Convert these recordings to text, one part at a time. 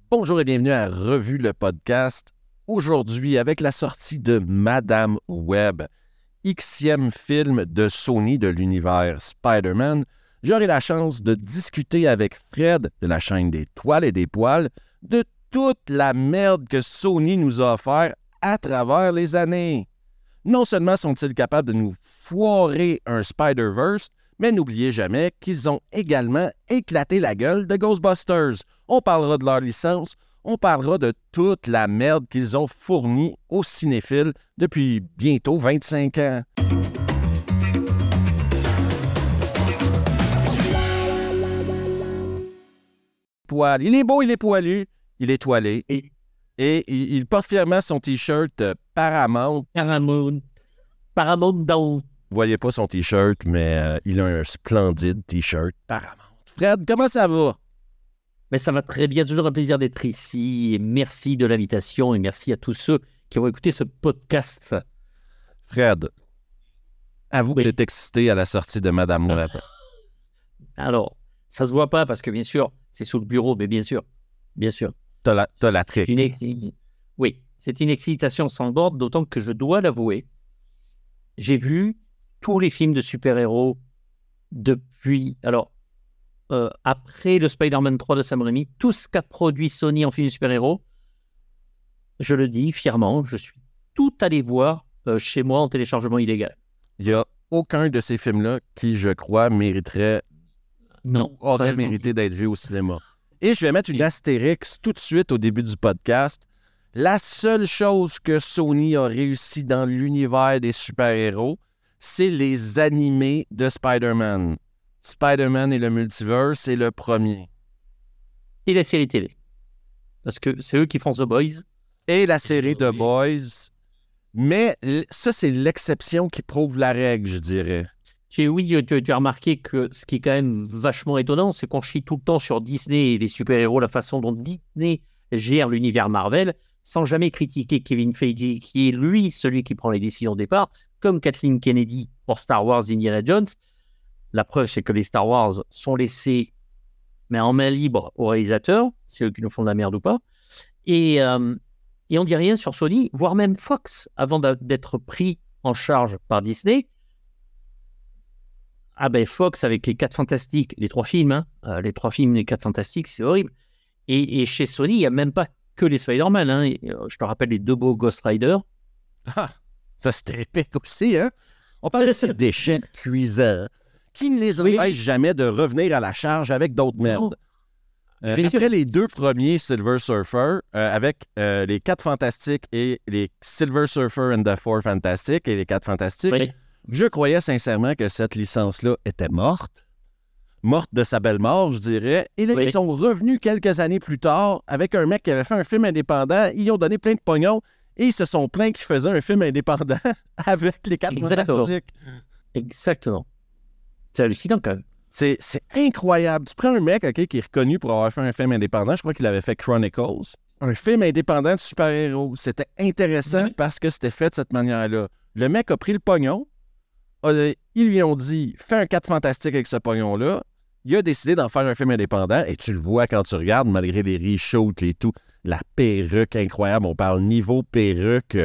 Bonjour et bienvenue à Revue le podcast. Aujourd'hui, avec la sortie de Madame Web, Xème film de Sony de l'univers Spider-Man, j'aurai la chance de discuter avec Fred de la chaîne des Toiles et des Poils de toute la merde que Sony nous a offert à travers les années. Non seulement sont-ils capables de nous foirer un Spider-Verse, mais n'oubliez jamais qu'ils ont également éclaté la gueule de Ghostbusters. On parlera de leur licence, on parlera de toute la merde qu'ils ont fournie aux cinéphiles depuis bientôt 25 ans. Poil. Il est beau, il est poilu, il est toilé. Et il porte fièrement son T-shirt Paramount. Paramount Down. Vous voyez pas son T-shirt, mais il a un splendide T-shirt Paramount. Fred, comment ça va? Mais ça va très bien, toujours un plaisir d'être ici. Et merci de l'invitation et merci à tous ceux qui ont écouté ce podcast. Fred, avoue que tu es excité à la sortie de Madame Web. Alors, ça se voit pas parce que bien sûr, c'est sous le bureau, mais bien sûr. T'as la trique. Oui, c'est une excitation sans borne, d'autant que je dois l'avouer, j'ai vu tous les films de super-héros depuis... Alors, après le Spider-Man 3 de Sam Raimi, tout ce qu'a produit Sony en film de super-héros, je le dis fièrement, je suis tout allé voir chez moi en téléchargement illégal. Il n'y a aucun de ces films-là qui, je crois, aurait mérité d'être vu au cinéma. Et je vais mettre une astérix tout de suite au début du podcast. La seule chose que Sony a réussi dans l'univers des super-héros, c'est les animés de Spider-Man. Spider-Man et le multiverse, c'est le premier. Et la série télé. Parce que c'est eux qui font The Boys. Et la série The Boys. Mais ça, c'est l'exception qui prouve la règle, je dirais. Oui, tu as remarqué que ce qui est quand même vachement étonnant, c'est qu'on chie tout le temps sur Disney et les super-héros, la façon dont Disney gère l'univers Marvel, sans jamais critiquer Kevin Feige, qui est lui celui qui prend les décisions au départ, comme Kathleen Kennedy pour Star Wars Indiana Jones. La preuve, c'est que les Star Wars sont laissés, mais en main libre aux réalisateurs, c'est eux qui nous font de la merde ou pas, et on dit rien sur Sony, voire même Fox, avant d'être pris en charge par Disney. Ah ben Fox avec les 4 Fantastiques, les 3 films, les 3 films, les 4 Fantastiques, c'est horrible. Et chez Sony, il n'y a même pas que les Spider-Man. Je te rappelle les 2 beaux Ghost Rider. Ah, ça c'était épique aussi, hein? On parle aussi des chaînes cuisants qui ne les empêchent jamais de revenir à la charge avec d'autres merdes. Après les 2 premiers Silver Surfer, avec les 4 Fantastiques et les Silver Surfer and the 4 Fantastic et les 4 Fantastiques, je croyais sincèrement que cette licence-là était morte de sa belle mort, je dirais. Et là, ils sont revenus quelques années plus tard avec un mec qui avait fait un film indépendant. Ils ont donné plein de pognon et ils se sont plaints qu'ils faisaient un film indépendant avec les 4 Fantastiques. Exactement. C'est hallucinant quand même. C'est incroyable. Tu prends un mec qui est reconnu pour avoir fait un film indépendant. Je crois qu'il avait fait Chronicles. Un film indépendant de super-héros. C'était intéressant parce que c'était fait de cette manière-là. Le mec a pris le pognon. Ils lui ont dit « Fais un 4 Fantastiques avec ce pognon-là ». Il a décidé d'en faire un film indépendant et tu le vois quand tu regardes, malgré les reshoots et tout. La perruque incroyable. On parle niveau perruque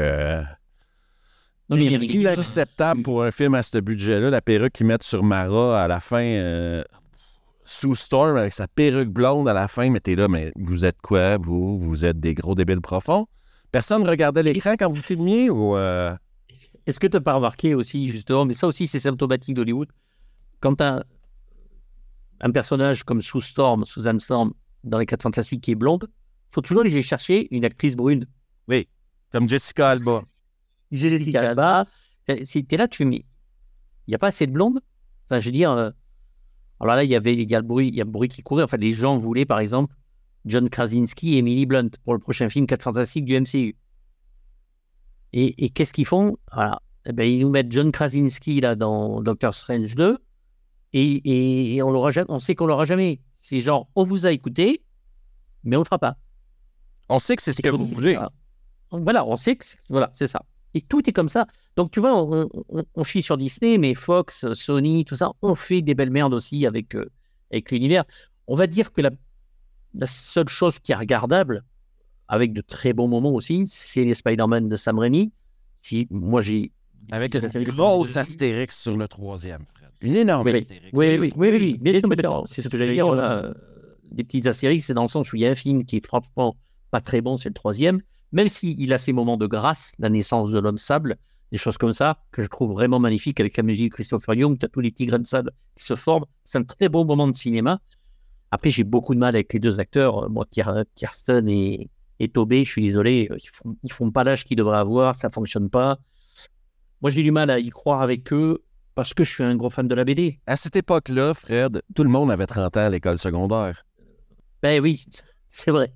inacceptable pour un film à ce budget-là. La perruque qu'ils mettent sur Mara à la fin, Sue Storm avec sa perruque blonde à la fin. Mais t'es là, mais vous êtes quoi, vous? Vous êtes des gros débiles profonds? Personne ne regardait l'écran quand vous filmiez ou... Est-ce que tu n'as pas remarqué aussi, justement, mais ça aussi c'est symptomatique d'Hollywood, quand tu as un personnage comme Susan Storm dans les 4 Fantastiques qui est blonde, il faut toujours aller chercher une actrice brune. Oui, comme Jessica Alba. Jessica Alba, t'es là, tu mets, il n'y a pas assez de blondes. Enfin, je veux dire, alors là, il y a le bruit qui courait. Enfin, les gens voulaient, par exemple, John Krasinski et Emily Blunt pour le prochain film 4 Fantastiques du MCU. Et qu'est-ce qu'ils font? Voilà. Ils nous mettent John Krasinski là, dans Doctor Strange 2 et on sait qu'on l'aura jamais. C'est genre, on vous a écouté, mais on le fera pas. On sait que c'est ce que vous voulez. Voilà, on sait que c'est ça. Et tout est comme ça. Donc, tu vois, on chie sur Disney, mais Fox, Sony, tout ça, on fait des belles merdes aussi avec l'univers. On va dire que la seule chose qui est regardable, avec de très bons moments aussi, c'est les Spider-Man de Sam Raimi. Moi, j'ai... Avec une grosse astérix sur le 3e, Fred. Une énorme astérix. Oui, bien sûr, c'est ce que j'allais dire. On a des petites astérix, c'est dans le sens où il y a un film qui est franchement pas très bon, c'est le 3e, même s'il a ses moments de grâce, la naissance de l'homme sable, des choses comme ça, que je trouve vraiment magnifique avec la musique de Christopher Young, tu as tous les petits grains de sable qui se forment, c'est un très beau moment de cinéma. Après, j'ai beaucoup de mal avec les deux acteurs, moi, Kirsten et Tobey, je suis désolé, ils font pas l'âge qu'ils devraient avoir, ça fonctionne pas. Moi, j'ai du mal à y croire avec eux parce que je suis un gros fan de la BD. À cette époque-là, Fred, tout le monde avait 30 ans à l'école secondaire. Ben oui, c'est vrai.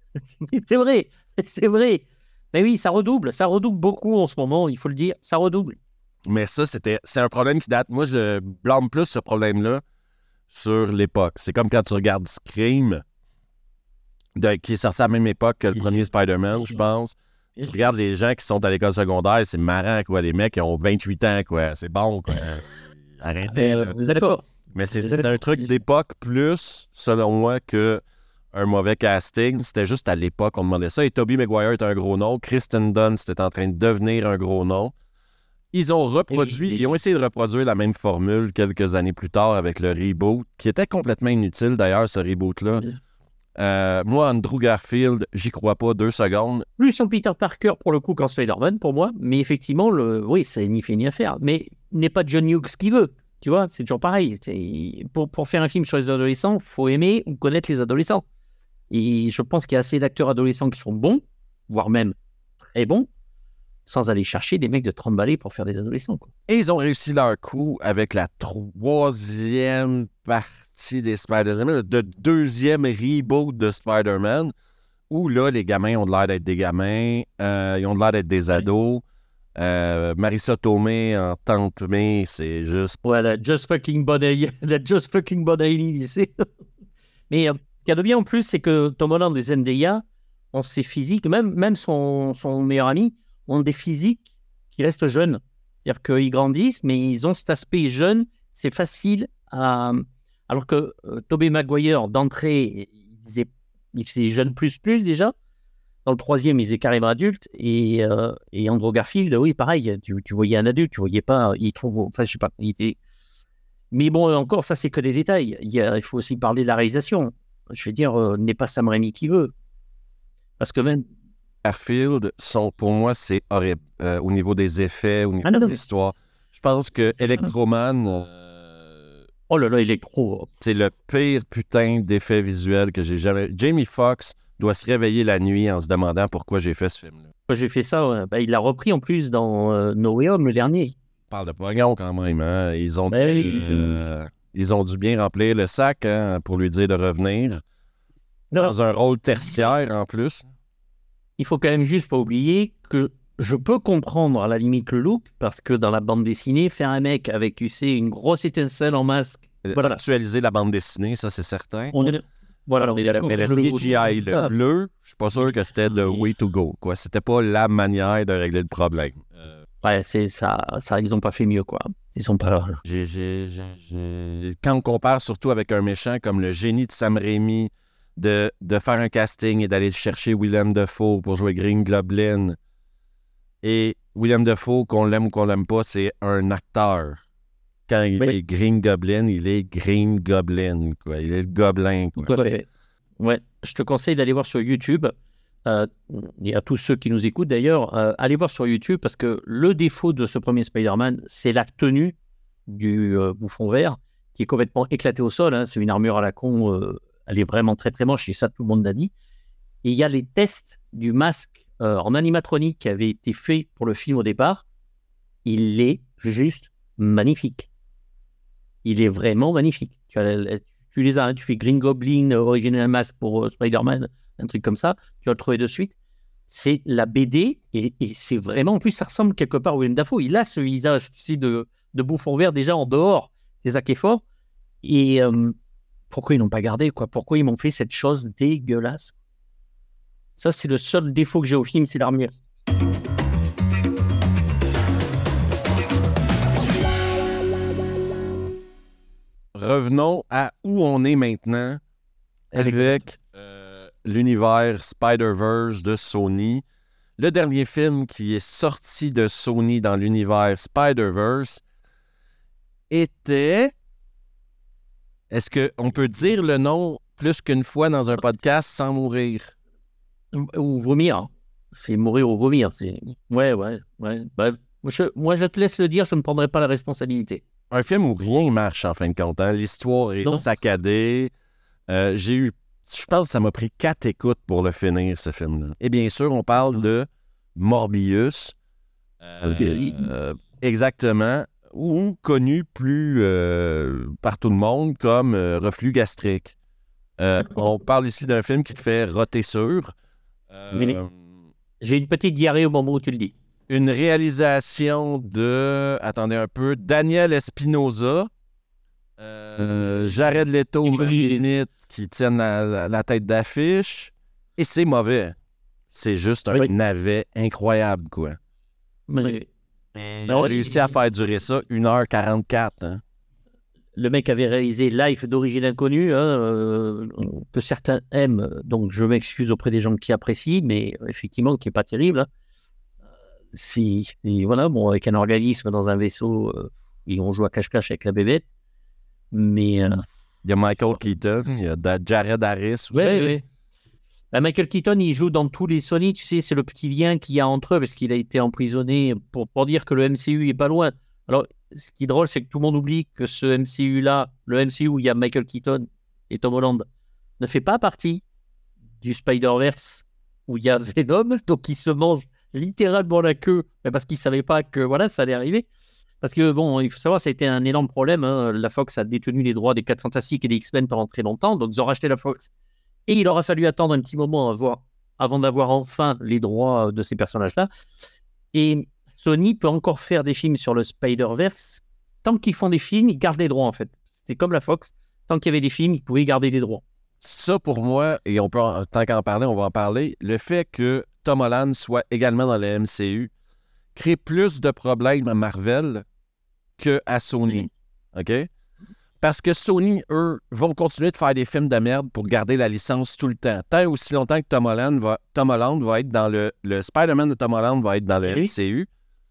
C'est vrai. Ben oui, ça redouble beaucoup en ce moment, il faut le dire, ça redouble. Mais ça, c'est un problème qui date. Moi, je blâme plus ce problème-là sur l'époque. C'est comme quand tu regardes Scream, qui est sorti à la même époque que le premier Spider-Man, je pense. Tu regardes les gens qui sont à l'école secondaire, c'est marrant, quoi. Les mecs, ils ont 28 ans, quoi. C'est bon, quoi. Arrêtez, là. D'accord. Mais c'est un truc d'époque plus, selon moi, que un mauvais casting. C'était juste à l'époque, on demandait ça. Et Tobey Maguire est un gros nom. Kristen Dunst était en train de devenir un gros nom. Ils ont essayé de reproduire la même formule quelques années plus tard avec le reboot, qui était complètement inutile, d'ailleurs, ce reboot-là. Moi, Andrew Garfield, j'y crois pas 2 secondes. Plus son Peter Parker, pour le coup, qu'en Spider-Man, pour moi. Mais effectivement, oui, c'est ni fait ni à faire. Mais n'est pas John Hughes qui veut. Tu vois, c'est toujours pareil. Pour faire un film sur les adolescents, il faut aimer ou connaître les adolescents. Et je pense qu'il y a assez d'acteurs adolescents qui sont bons, voire même très bons, sans aller chercher des mecs de 30 balais pour faire des adolescents, quoi. Et ils ont réussi leur coup avec la 3e partie des Spider-Man, le 2e reboot de Spider-Man, où là, les gamins ont l'air d'être des gamins, ils ont l'air d'être des ados. Marissa Tomei en Tante May, c'est juste... Ouais, la Just Fucking Body lycée. Mais ce qu'il y a de bien en plus, c'est que Tom Holland et Zendaya ont ces physiques, même son meilleur ami, ont des physiques qui restent jeunes. C'est-à-dire qu'ils grandissent, mais ils ont cet aspect jeune, c'est facile à... Alors que Tobey Maguire, d'entrée, il faisait jeune plus déjà. Dans le 3e, il faisait carrément adulte. Et Andrew Garfield, oui, pareil, tu voyais un adulte, tu voyais pas... Enfin, je sais pas, il était... Mais bon, encore, ça, c'est que des détails. Il faut aussi parler de la réalisation. Je veux dire, n'est pas Sam Raimi qui veut. Parce que même... Garfield, pour moi, c'est horrible. Au niveau des effets, au niveau de l'histoire. Je pense que Electroman... Oh là là, Electro... C'est le pire putain d'effet visuel que j'ai jamais... Jamie Foxx doit se réveiller la nuit en se demandant pourquoi j'ai fait ce film-là. Pourquoi j'ai fait ça? Ouais. Ben, il l'a repris en plus dans No Way Home, le dernier. On parle de pognon quand même, hein? Ils ont dû bien remplir le sac, hein, pour lui dire de revenir. Dans un rôle tertiaire, en plus. Il faut quand même juste pas oublier que je peux comprendre à la limite le look, parce que dans la bande dessinée, faire un mec avec, tu sais, une grosse étincelle en masque... Voilà. Actualiser la bande dessinée, ça c'est certain. On est d'accord. Mais le CGI, le bleu, je suis pas sûr que c'était the way to go, quoi. C'était pas la manière de régler le problème. Ouais, c'est ça, ils ont pas fait mieux, quoi. Ils sont pas... Quand on compare surtout avec un méchant comme le génie de Sam Raimi, de faire un casting et d'aller chercher Willem Dafoe pour jouer Green Goblin. Et Willem Dafoe, qu'on l'aime ou qu'on l'aime pas, c'est un acteur. Quand il est Green Goblin, il est Green Goblin, quoi. Il est le gobelin, quoi. Ouais, je te conseille d'aller voir sur YouTube. Et à tous ceux qui nous écoutent d'ailleurs, allez voir sur YouTube, parce que le défaut de ce premier Spider-Man, c'est la tenue du bouffon vert, qui est complètement éclatée au sol, hein. C'est une armure à la con, elle est vraiment très très moche, et ça tout le monde l'a dit. Et il y a les tests du masque en animatronique qui avaient été faits pour le film au départ. Il est juste magnifique. Il est vraiment magnifique. Tu les as, hein, tu fais Green Goblin, Original Mask pour Spider-Man, un truc comme ça, tu vas le trouver de suite. C'est la BD, et c'est vraiment, en plus, ça ressemble quelque part à Willem Dafoe. Il a ce visage, tu sais, de bouffon vert déjà en dehors. C'est ça qui est fort. Et pourquoi ils n'ont pas gardé, quoi? Pourquoi ils m'ont fait cette chose dégueulasse? Ça, c'est le seul défaut que j'ai au film, c'est l'armure. Revenons à où on est maintenant avec l'univers Spider-Verse de Sony. Le dernier film qui est sorti de Sony dans l'univers Spider-Verse était... Est-ce qu'on peut dire le nom plus qu'une fois dans un podcast sans mourir? Ou vomir. C'est mourir ou vomir. Ouais. Bah, moi, je te laisse le dire, je ne prendrai pas la responsabilité. Un film où rien marche en fin de compte. Hein? L'histoire est saccadée. Je pense que ça m'a pris 4 écoutes pour le finir, ce film-là. Et bien sûr, on parle de Morbius. Exactement. Ou connu plus par tout le monde comme reflux gastrique. On parle ici d'un film qui te fait roter sûr. J'ai une petite diarrhée au moment où tu le dis. Une réalisation de... Attendez un peu. Daniel Espinosa. Jared Leto, qui tiennent la tête d'affiche. Et c'est mauvais. C'est juste un navet incroyable, quoi. Il a réussi à faire durer ça 1h44. Hein. Le mec avait réalisé Life d'origine inconnue, que certains aiment, donc je m'excuse auprès des gens qui apprécient, mais effectivement, qui n'est pas terrible. Hein. Voilà, bon, avec un organisme dans un vaisseau, et on joue à cache-cache avec la bébête. Mais. Il y a Michael Keaton, il y a Jared Harris. Oui. Michael Keaton, il joue dans tous les Sony, tu sais, c'est le petit lien qu'il y a entre eux, parce qu'il a été emprisonné pour dire que le MCU est pas loin. Alors, ce qui est drôle, c'est que tout le monde oublie que ce MCU-là, le MCU où il y a Michael Keaton et Tom Holland, ne fait pas partie du Spider-Verse où il y a Venom, donc il se mange littéralement la queue, parce qu'il ne savait pas que voilà, ça allait arriver. Parce que, bon, il faut savoir, ça a été un énorme problème. Hein. La Fox a détenu les droits des 4 Fantastiques et des X-Men pendant très longtemps, donc ils ont racheté la Fox. Et il aura fallu attendre un petit moment avant d'avoir enfin les droits de ces personnages-là. Et Sony peut encore faire des films sur le Spider-Verse. Tant qu'ils font des films, ils gardent les droits, en fait. C'est comme la Fox. Tant qu'il y avait des films, ils pouvaient garder les droits. Ça, pour moi, et on peut, tant qu'en parler, on va en parler, le fait que Tom Holland soit également dans le MCU crée plus de problèmes à Marvel qu'à Sony. OK? Parce que Sony, eux, vont continuer de faire des films de merde pour garder la licence tout le temps. Tant et aussi longtemps que Tom Holland va être dans le Spider-Man de Tom Holland va être dans le MCU.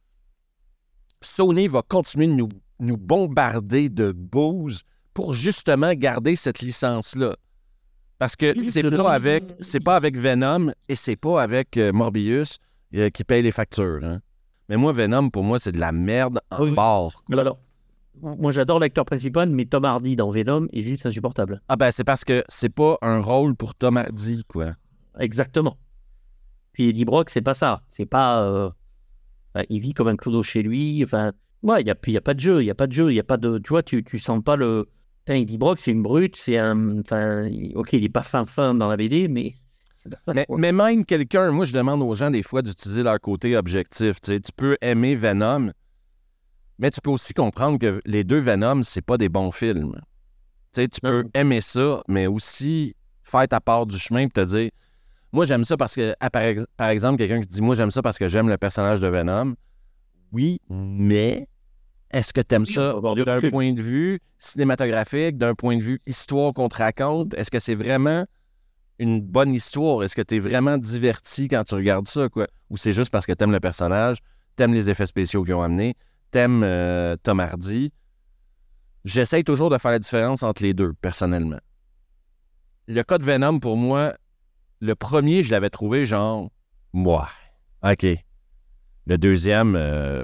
Sony va continuer de nous bombarder de bouse pour justement garder cette licence-là. Parce que c'est pas avec Venom et c'est pas avec Morbius qui paye les factures. Hein. Mais moi, Venom, pour moi, c'est de la merde en barre. Alors, moi, j'adore l'acteur principal, mais Tom Hardy dans Venom est juste insupportable. Ah ben, c'est parce que c'est pas un rôle pour Tom Hardy, quoi. Exactement. Puis Eddie Brock, c'est pas ça. C'est pas... il vit comme un clodo chez lui. Enfin, ouais, il n'y a pas de jeu. Il n'y a pas de jeu. Il n'y a pas de... Tu vois, tu sens pas le... Eddie Brock, c'est une brute. C'est un... Enfin, OK, il n'est pas fin dans la BD, mais... Mais même quelqu'un... Moi, je demande aux gens, des fois, d'utiliser leur côté objectif. Tu peux aimer Venom... Mais tu peux aussi comprendre que les deux Venom, c'est pas des bons films. Tu peux aimer ça, mais aussi faire ta part du chemin et te dire moi, j'aime ça parce que, par exemple, quelqu'un qui dit moi, j'aime ça parce que j'aime le personnage de Venom. Oui, mais est-ce que tu aimes ça d'un point de vue cinématographique, d'un point de vue histoire qu'on te raconte? Est-ce que c'est vraiment une bonne histoire? Est-ce que tu es vraiment diverti quand tu regardes ça, quoi? Ou c'est juste parce que tu aimes le personnage, tu aimes les effets spéciaux qu'ils ont amenés, t'aimes Tom Hardy. J'essaye toujours de faire la différence entre les deux, personnellement. Le cas de Venom, pour moi, le premier, je l'avais trouvé genre, moi, OK. Le deuxième,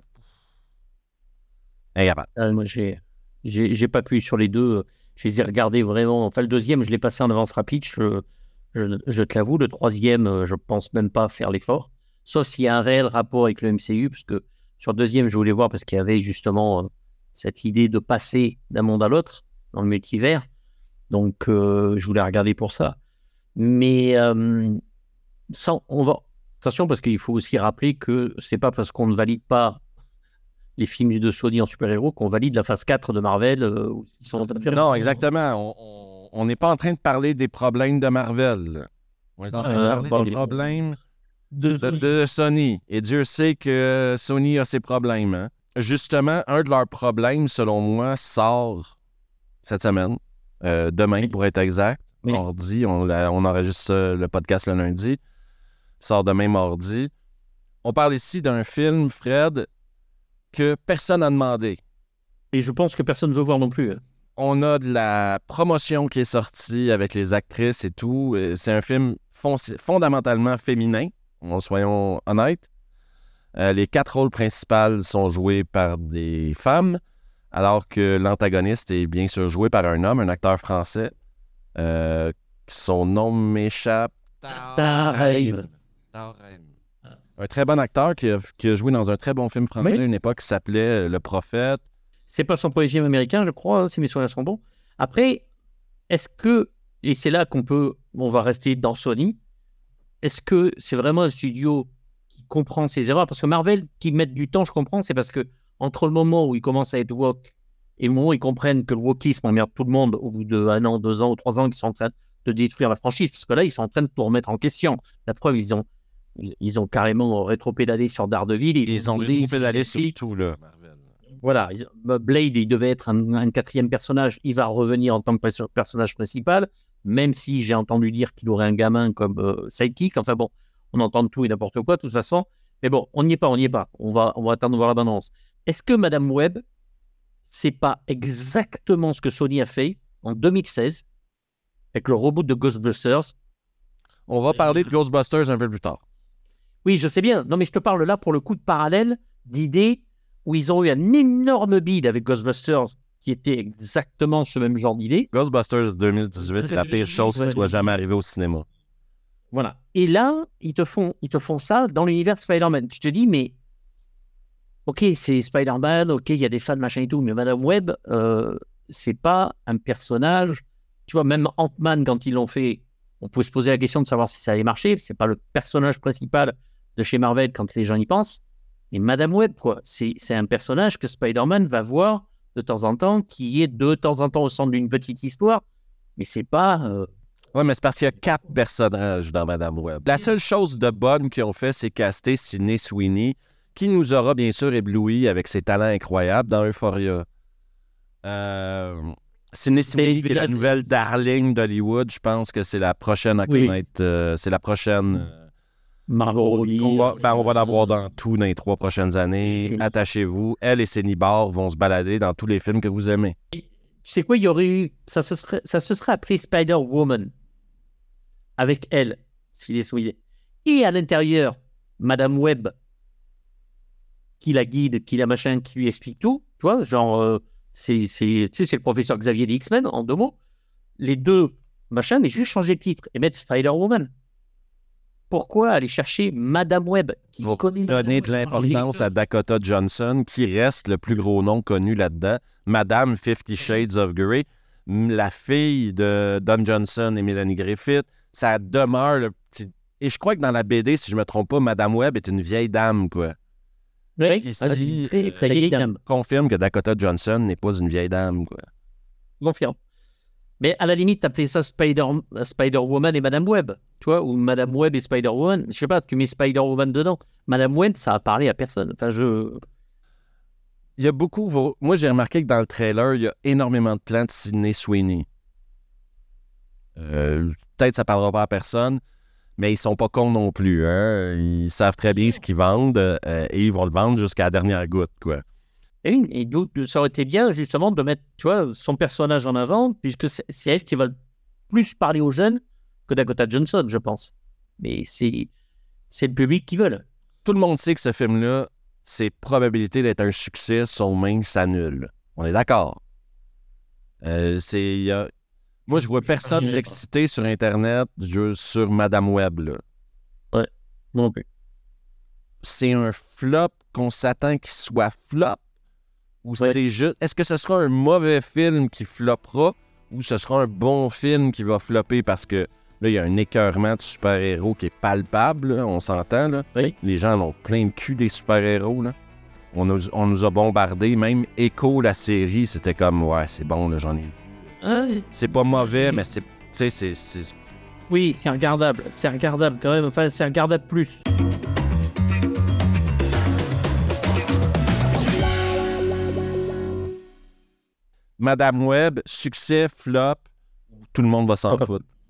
incapable. Moi, j'ai pas pu sur les deux. Je les ai regardés vraiment. Enfin, le deuxième, je l'ai passé en avance rapide. Je te l'avoue. Le troisième, je pense même pas faire l'effort. Sauf s'il y a un réel rapport avec le MCU, parce que sur le deuxième, je voulais voir parce qu'il y avait justement cette idée de passer d'un monde à l'autre dans le multivers. Donc, je voulais regarder pour ça. Mais attention, parce qu'il faut aussi rappeler que c'est pas parce qu'on ne valide pas les films de Sony en super-héros qu'on valide la phase 4 de Marvel. Non, exactement. On n'est pas en train de parler des problèmes de Marvel. On est en train de parler des problèmes... De Sony. Et Dieu sait que Sony a ses problèmes. Hein? Justement, un de leurs problèmes, selon moi, sort cette semaine. Demain, pour être exact. Oui. mardi. On enregistre le podcast le lundi. Sort demain mardi. On parle ici d'un film, Fred, que personne n'a demandé. Et je pense que personne ne veut voir non plus. On a de la promotion qui est sortie avec les actrices et tout. C'est un film fondamentalement féminin, soyons honnêtes. Les 4 rôles principaux sont joués par des femmes, alors que l'antagoniste est bien sûr joué par un homme, un acteur français. Son nom m'échappe. Tareim. Un très bon acteur qui a joué dans un très bon film français à une époque qui s'appelait Le Prophète. C'est pas son premier film américain, je crois, si mes souvenirs sont bons. Après, est-ce que, et c'est là on va rester dans Sony, est-ce que c'est vraiment un studio qui comprend ses erreurs? Parce que Marvel, qui mettent du temps, je comprends, c'est parce que entre le moment où ils commencent à être woke et le moment où ils comprennent que le wokisme emmerde tout le monde au bout de 1 an, 2 ans ou 3 ans, qu'ils sont en train de détruire la franchise, parce que là, ils sont en train de tout remettre en question. La preuve, ils ont carrément rétropédalé sur Daredevil. Ils ont rétropédalé sur tout, là, Marvel. Voilà, Blade, il devait être un 4e personnage, il va revenir en tant que personnage principal, même si j'ai entendu dire qu'il aurait un gamin comme sidekick. Enfin bon, on entend tout et n'importe quoi, de toute façon. Mais bon, on n'y est pas. On va attendre de voir la bande-annonce. Est-ce que Madame Web, c'est pas exactement ce que Sony a fait en 2016 avec le reboot de Ghostbusters? On va parler de Ghostbusters un peu plus tard. Oui, je sais bien. Non, mais je te parle là pour le coup de parallèle d'idées où ils ont eu un énorme bid avec Ghostbusters qui était exactement ce même genre d'idée. Ghostbusters 2018, c'est la pire chose qui soit jamais arrivée au cinéma. Voilà. Et là, ils te font ça dans l'univers Spider-Man. Tu te dis, mais ok, c'est Spider-Man, ok, il y a des fans, machin et tout, mais Madame Web, c'est pas un personnage. Tu vois, même Ant-Man, quand ils l'ont fait, on peut se poser la question de savoir si ça allait marcher. C'est pas le personnage principal de chez Marvel quand les gens y pensent. Mais Madame Web, quoi, c'est un personnage que Spider-Man va voir de temps en temps, qui est de temps en temps au centre d'une petite histoire, mais c'est pas... Oui, mais c'est parce qu'il y a 4 personnages dans Madame Web. La seule chose de bonne qu'ils ont fait, c'est caster Sydney Sweeney, qui nous aura bien sûr ébloui avec ses talents incroyables dans Euphoria. Sydney Sweeney, qui est la nouvelle darling d'Hollywood, je pense que c'est la prochaine à connaître. C'est la prochaine... Margot Robbie. On va l'avoir dans tout dans les 3 prochaines années. Attachez-vous. Elle et Cindy Barr vont se balader dans tous les films que vous aimez. Tu sais quoi, il y aurait eu... Ça se serait appelé Spider-Woman. Avec elle, Sydney Sweeney. Et à l'intérieur, Madame Web, qui la guide, qui la machin, qui lui explique tout. Tu vois, genre, c'est le professeur Xavier des X-Men, en 2 mots. Les deux machins, mais juste changer le titre et mettre Spider-Woman. Pourquoi aller chercher Madame Web qui connaît donner de l'importance à Dakota Johnson, qui reste le plus gros nom connu là-dedans. Madame 50 Shades of Grey, la fille de Don Johnson et Melanie Griffith, ça demeure le petit... Et je crois que dans la BD, si je ne me trompe pas, Madame Web est une vieille dame, quoi. Oui, ici, très vieille dame. Confirme que Dakota Johnson n'est pas une vieille dame, quoi. Confirme. Mais à la limite, t'appelais ça Spider-Woman et Madame Web, tu vois, ou Madame Web et Spider-Woman. Je sais pas, tu mets Spider-Woman dedans. Madame Web, ça a parlé à personne. Enfin, Il y a beaucoup... Moi, j'ai remarqué que dans le trailer, il y a énormément de plans de Sydney Sweeney. Peut-être ça parlera pas à personne, mais ils sont pas cons non plus. Hein? Ils savent très bien ce qu'ils vendent et ils vont le vendre jusqu'à la dernière goutte, quoi. Et donc, ça aurait été bien, justement, de mettre, tu vois, son personnage en avant, puisque c'est elle qui va le plus parler aux jeunes que Dakota Johnson, je pense. Mais c'est le public qui veut. Tout le monde sait que ce film-là, ses probabilités d'être un succès sont minces à nul. On est d'accord. Moi, je vois personne d'excité sur Internet sur Madame Web, là. Ouais, non plus. C'est un flop qu'on s'attend qu'il soit flop? Ou c'est juste... Est-ce que ce sera un mauvais film qui floppera ou ce sera un bon film qui va flopper parce que là, il y a un écœurement de super-héros qui est palpable, là, on s'entend, là. Oui. Les gens ont plein de cul des super-héros, là. On nous a bombardés. Même Echo, la série, c'était comme, ouais, c'est bon, là, j'en ai vu. C'est pas mauvais, mais c'est... Oui, c'est regardable. C'est regardable quand même. Enfin, c'est regardable plus. Madame Web, succès, flop, tout le monde va s'en foutre.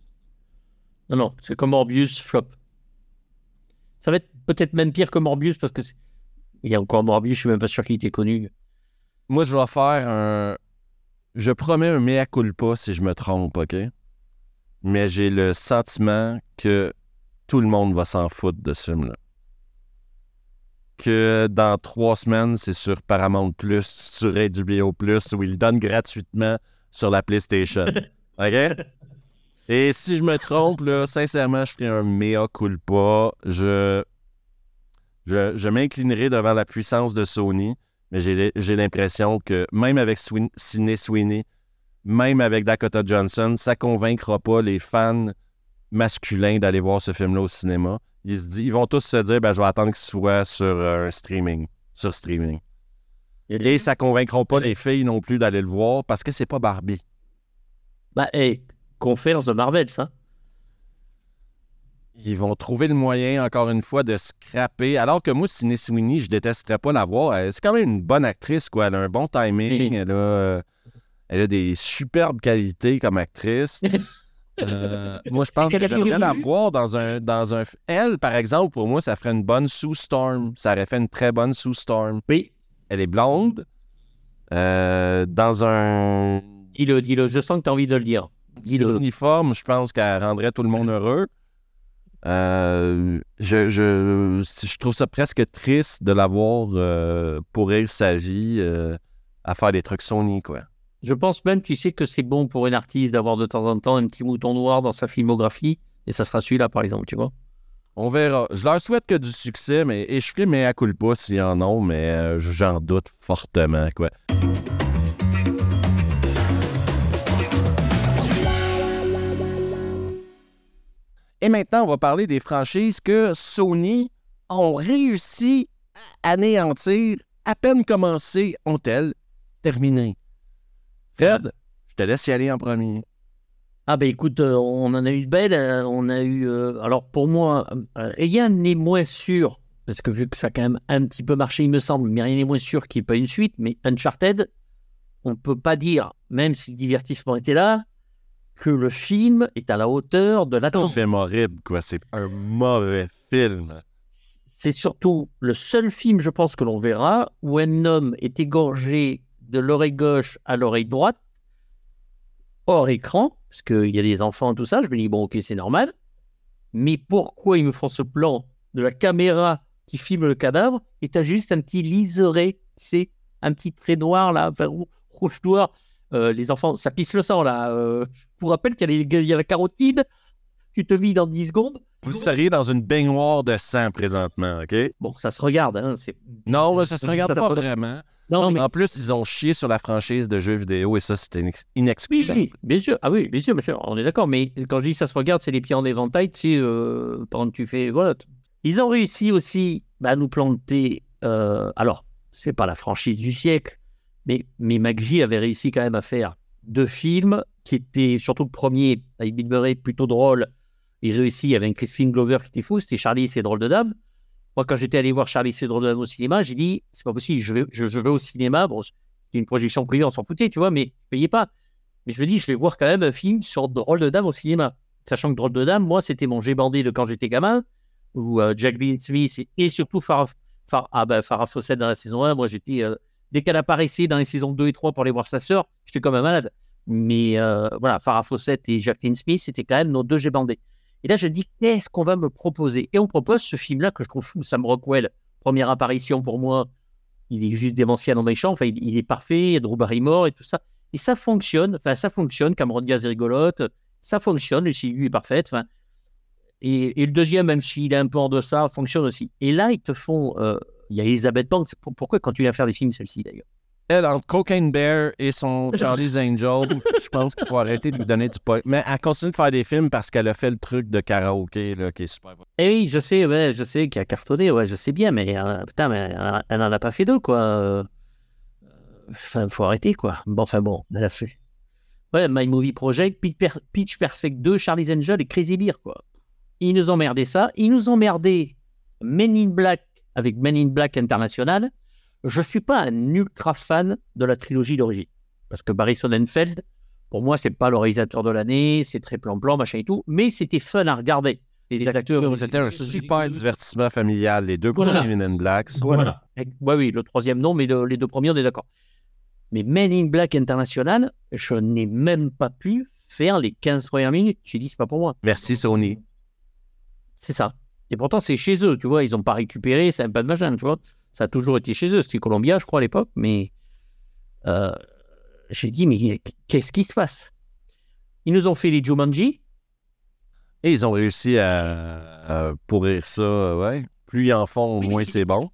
Non, c'est comme Morbius, flop. Ça va être peut-être même pire que Morbius parce que il y a encore Morbius, je suis même pas sûr qu'il était connu. Moi, je vais faire un... Je promets un mea culpa si je me trompe, OK? Mais j'ai le sentiment que tout le monde va s'en foutre de ce film-là. Que dans 3 semaines, c'est sur Paramount+, sur HBO+, où ils le donnent gratuitement sur la PlayStation. OK? Et si je me trompe, là, sincèrement, je ferai un mea culpa. Je m'inclinerai devant la puissance de Sony, mais j'ai l'impression que même avec Sydney Sweeney, même avec Dakota Johnson, ça ne convaincra pas les fans masculins d'aller voir ce film-là au cinéma. Ils vont tous se dire, je vais attendre qu'il soit sur streaming. Et ça ne convaincra pas les filles non plus d'aller le voir parce que c'est pas Barbie. Conférence de Marvel, ça. Ils vont trouver le moyen, encore une fois, de scraper. Alors que moi, Sydney Sweeney, je détesterais pas la voir. C'est quand même une bonne actrice, quoi. Elle a un bon timing. Elle a des superbes qualités comme actrice. Moi, je pense que j'aimerais la voir dans un... Elle, par exemple, pour moi, ça ferait une bonne Sue Storm. Ça aurait fait une très bonne Sue Storm. Oui. Elle est blonde. Dans un... Dis-le, je sens que tu as envie de le dire. Dis-le. Uniforme, je pense qu'elle rendrait tout le monde heureux. Je trouve ça presque triste de la voir pourrir sa vie à faire des trucs Sony, quoi. Je pense même, tu sais, que c'est bon pour une artiste d'avoir de temps en temps un petit mouton noir dans sa filmographie, et ça sera celui-là, par exemple, tu vois. On verra. Je leur souhaite que du succès, et je ferai mea culpa s'il y en a, mais j'en doute fortement, quoi. Et maintenant, on va parler des franchises que Sony ont réussi à anéantir. À peine commencées, ont-elles terminé? Fred, je te laisse y aller en premier. Écoute, on en a eu de belles. On a eu... alors, pour moi, rien n'est moins sûr, parce que vu que ça a quand même un petit peu marché, il me semble, mais rien n'est moins sûr qu'il n'y ait pas une suite. Mais Uncharted, on ne peut pas dire, même si le divertissement était là, que le film est à la hauteur de l'attente. C'est un film horrible, quoi. C'est un mauvais film. C'est surtout le seul film, je pense, que l'on verra où un homme est égorgé de l'oreille gauche à l'oreille droite, hors écran, parce qu'il y a des enfants et tout ça. Je me dis, bon, ok, c'est normal. Mais pourquoi ils me font ce plan de la caméra qui filme le cadavre et t'as juste un petit liseré, tu sais, un petit trait noir, là, enfin, rouge-noir. Les enfants, ça pisse le sang, là. Je vous rappelle qu'il y a la carotide. Tu te vides en 10 secondes. Vous seriez dans une baignoire de sang présentement, OK? Bon, ça se regarde. Hein, non, ça se regarde pas vraiment. Non, mais... En plus, ils ont chié sur la franchise de jeux vidéo et ça, c'était inexcusable. Oui, bien sûr. Ah oui, bien sûr, on est d'accord. Mais quand je dis ça se regarde, c'est les pieds en éventail. Tu sais, pendant que tu fais... Voilà. Ils ont réussi aussi à nous planter... alors, c'est pas la franchise du siècle, mais McGee avait réussi quand même à faire 2 films qui étaient, surtout le premier, avec Bill Murray, plutôt drôle. Il réussit, il y avait un Crispin Glover qui était fou, c'était Charlie et ses drôles de dames. Moi, quand j'étais allé voir Charlie et ses drôles de dames au cinéma, j'ai dit, c'est pas possible, je vais au cinéma. Bon, c'était une projection privée, on s'en foutait, tu vois, mais je payais pas. Mais je me dis, je vais voir quand même un film sur Drôle de Dame au cinéma. Sachant que Drôle de Dame, moi, c'était mon G bandé de quand j'étais gamin, où Jack Smith et surtout Farrah Fawcett dans la saison 1. Moi, j'étais, dès qu'elle apparaissait dans les saisons 2 et 3 pour aller voir sa sœur, j'étais comme un malade. Mais voilà, Farrah Fawcett et Jacqueline Smith, c'était quand même nos 2 G bandés. Et là, je dis, qu'est-ce qu'on va me proposer? Et on propose ce film-là que je trouve fou, Sam Rockwell. Première apparition pour moi, il est juste démentiel en méchant. Enfin, il est parfait, il y a Drew Barrymore et tout ça. Et ça fonctionne. Cameron Diaz est rigolote. Ça fonctionne. Le CU est parfaite. Enfin, et le deuxième, même s'il est un peu en deçà, fonctionne aussi. Et là, ils te font... il y a Elizabeth Banks. Pourquoi quand tu viens faire des films, celle-ci, d'ailleurs? Elle, entre Cocaine Bear et son Charlie's Angel, je pense qu'il faut arrêter de lui donner du point. Mais elle continue de faire des films parce qu'elle a fait le truc de karaoké là, qui est super. Eh oui, je sais qu'il a cartonné, je sais bien, mais putain, mais elle n'en a pas fait 2, quoi. Enfin, faut arrêter, quoi. Bon, elle a fait. Ouais, My Movie Project, Pitch Perfect 2, Charlie's Angel et Crazy Beer, quoi. Ils nous ont merdé ça. Ils nous ont merdé Men in Black avec Men in Black International. Je ne suis pas un ultra fan de la trilogie d'origine. Parce que Barry Sonnenfeld, Pour moi, c'est pas le réalisateur de l'année, c'est très plan-plan, machin et tout, mais c'était fun à regarder. Et les acteurs... C'était un super divertissement familial. Les deux Voilà. premiers Men in Black sont... Voilà. Ouais, oui, le troisième non, mais les deux premiers, on est d'accord. Mais Men in Black International, je n'ai même pas pu faire les 15 premières minutes. J'ai dit, c'est pas pour moi. Merci Sony. C'est ça. Et pourtant, c'est chez eux, tu vois, ils n'ont pas récupéré, ça n'a pas de machin, tu vois. Ça a toujours été chez eux, c'était Columbia, je crois, à l'époque, mais j'ai dit, mais qu'est-ce qui se passe? Ils nous ont fait les Jumanji. Et ils ont réussi à pourrir ça, ouais. Plus ils en font, moins c'est bon.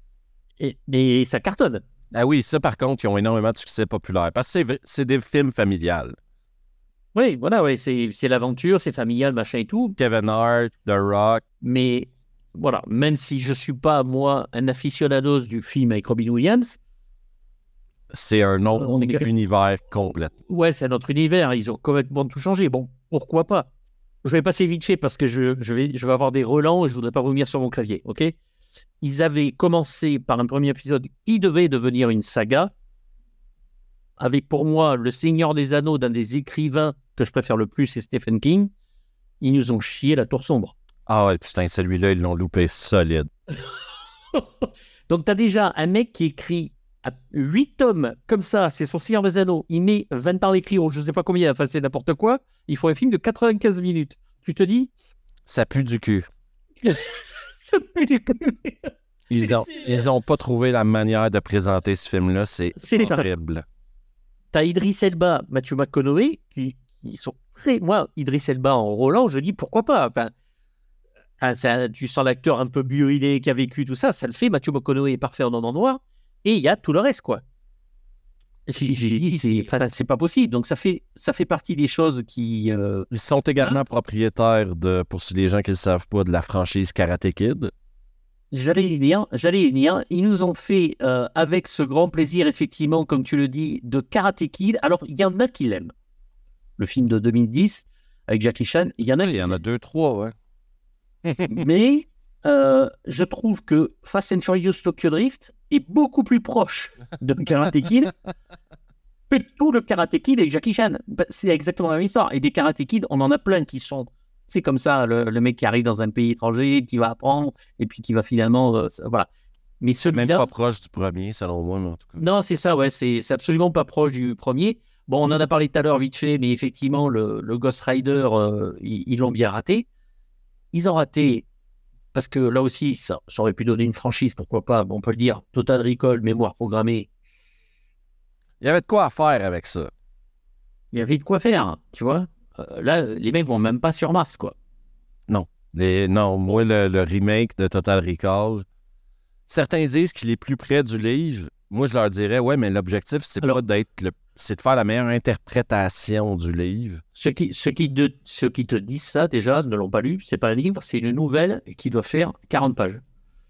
Et ça cartonne. Ah oui, ça par contre, ils ont énormément de succès populaire. Parce que c'est des films familiales. Oui, voilà, ouais, c'est l'aventure, c'est familial, machin et tout. Kevin Hart, The Rock. Mais voilà, même si je ne suis pas, moi, un aficionados du film avec Robin Williams, c'est un autre univers complet. Ouais, c'est notre univers. Ils ont complètement tout changé. Bon, pourquoi pas? Je vais passer vite fait parce que je vais avoir des relents et je ne voudrais pas vomir sur mon clavier, ok? Ils avaient commencé par un premier épisode qui devait devenir une saga, avec pour moi le Seigneur des Anneaux d'un des écrivains que je préfère le plus, c'est Stephen King. Ils nous ont chié la tour sombre. Ah ouais, putain, celui-là, ils l'ont loupé solide. Donc, tu as déjà un mec qui écrit 8 tomes comme ça, c'est son Seigneur des Anneaux. Il met 20 ans à l'écrire, ou je ne sais pas combien, enfin, c'est n'importe quoi. Il faut un film de 95 minutes. Tu te dis? Ça pue du cul. Ça pue du cul. Ils ont pas trouvé la manière de présenter ce film-là. C'est horrible. T'as Idriss Elba, Matthew McConaughey, qui sont très... Moi, Idriss Elba en Roland, je dis pourquoi pas. Enfin, tu sens l'acteur un peu burilé qui a vécu tout ça, ça le fait. Matthew McConaughey est parfait en homme en noir. Et il y a tout le reste, quoi. J'ai dit, c'est pas possible. Donc, ça fait partie des choses qui... Ils sont également propriétaires pour les gens qui ne le savent pas, de la franchise Karate Kid. J'allais y venir. Ils nous ont fait, avec ce grand plaisir, effectivement, comme tu le dis, de Karate Kid. Alors, il y en a qui l'aiment. Le film de 2010, avec Jackie Chan, il y en a... Il y en a 2, 3, ouais. Mais je trouve que Fast and Furious Tokyo Drift est beaucoup plus proche de Karate Kid que tout le Karate Kid avec Jackie Chan. C'est exactement la même histoire. Et des Karate Kid, on en a plein qui sont... C'est comme ça, le mec qui arrive dans un pays étranger, qui va apprendre, et puis qui va finalement... voilà. Mais celui-là... Même pas proche du premier, selon moi, mais en tout cas. Non, c'est ça, ouais. C'est absolument pas proche du premier. Bon, on en a parlé tout à l'heure vite fait, mais effectivement, le Ghost Rider, ils l'ont bien raté. Ils ont raté... Parce que là aussi, ça aurait pu donner une franchise, pourquoi pas, on peut le dire, Total Recall, mémoire programmée. Il y avait de quoi à faire avec ça. Il y avait de quoi faire, tu vois. Là, les mecs vont même pas sur Mars, quoi. Non. Moi, le remake de Total Recall, certains disent qu'il est plus près du livre. Moi, je leur dirais, ouais, mais l'objectif, c'est pas c'est de faire la meilleure interprétation du livre. Ceux qui te disent ça, déjà, ne l'ont pas lu. C'est pas un livre, c'est une nouvelle qui doit faire 40 pages.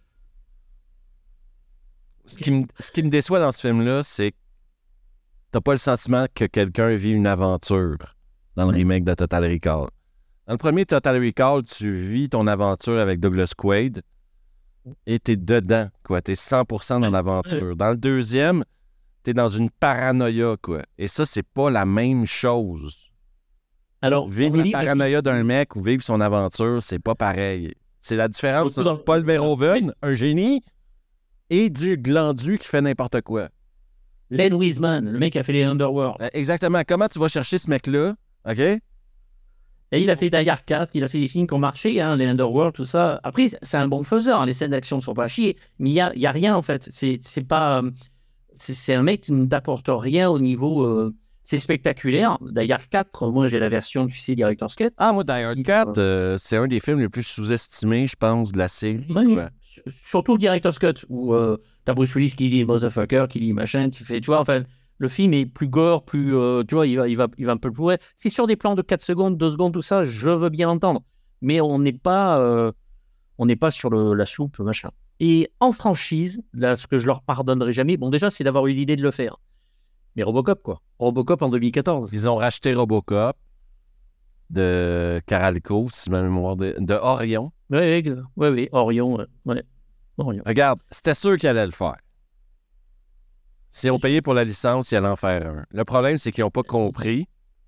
Ce qui me déçoit dans ce film-là, c'est que t'as pas le sentiment que quelqu'un vit une aventure dans le remake de Total Recall. Dans le premier Total Recall, tu vis ton aventure avec Douglas Quaid et t'es dedans, quoi. T'es 100% dans l'aventure. Dans le deuxième, t'es dans une paranoïa, quoi. Et ça, c'est pas la même chose. Alors, vivre la paranoïa d'un mec ou vivre son aventure, c'est pas pareil. C'est la différence entre Paul Verhoeven, un génie, et du glandu qui fait n'importe quoi. Len Wiseman, le mec qui a fait les Underworld. Exactement. Comment tu vas chercher ce mec-là, OK? Et il a fait Die Hard 4, il a fait des signes qui ont marché, hein, les Underworld, tout ça. Après, c'est un bon faiseur, hein, les scènes d'action ne sont pas à chier, mais il y a rien, en fait. C'est pas... c'est un mec qui ne t'apporte rien au niveau... c'est spectaculaire. Die Hard 4, moi, j'ai la version, tu sais, Director's Cut. Ah, moi, Die Hard 4, c'est un des films les plus sous-estimés, je pense, de la série. Oui, quoi. Surtout le Director's Cut, où t'as Bruce Willis qui dit « motherfucker », qui dit « machin », tu vois, enfin... Le film est plus gore, plus... tu vois, il va un peu plus loin. C'est sur des plans de 4 secondes, 2 secondes, tout ça, je veux bien l'entendre. Mais on n'est pas sur la soupe, machin. Et en franchise, là, ce que je leur pardonnerai jamais, bon, déjà, c'est d'avoir eu l'idée de le faire. Mais Robocop, quoi. Robocop en 2014. Ils ont racheté Robocop de Caralco, si ma mémoire de Orion. Oui, Orion. Ouais. Orion. Regarde, c'était sûr qu'ils allaient le faire. S'ils ont payé pour la licence, ils allaient en faire un. Le problème, c'est qu'ils n'ont pas compris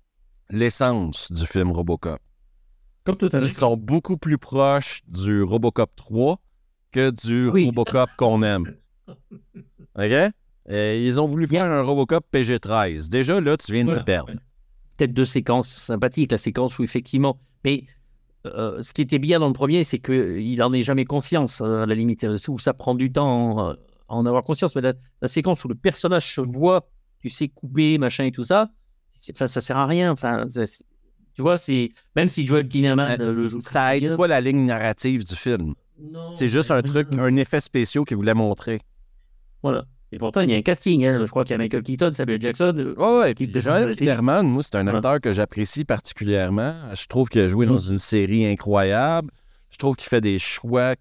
l'essence du film Robocop. Comme tout à l'heure. Ils sont beaucoup plus proches du Robocop 3 que du Robocop qu'on aime. OK? Et ils ont voulu faire un Robocop PG-13. Déjà, là, tu viens de me perdre. Peut-être 2 séquences sympathiques. La séquence où, effectivement... Mais ce qui était bien dans le premier, c'est qu'il n'en est jamais conscience, à la limite, où ça prend du temps à en avoir conscience. Mais la séquence où le personnage se voit, tu sais, coupé, machin et tout ça, ça sert à rien. Enfin, tu vois, c'est... Même si Joel Kinnaman le joue... Ça aide pas la ligne narrative du film. Non, c'est juste un truc, un effet spécial qu'il voulait montrer. Voilà. Et pourtant, il y a un casting. Hein. Je crois qu'il y a Michael Keaton, Samuel Jackson. Ouais, et puis Joel Kinnaman, moi, c'est un acteur que j'apprécie particulièrement. Je trouve qu'il a joué dans une série incroyable. Je trouve qu'il fait des choix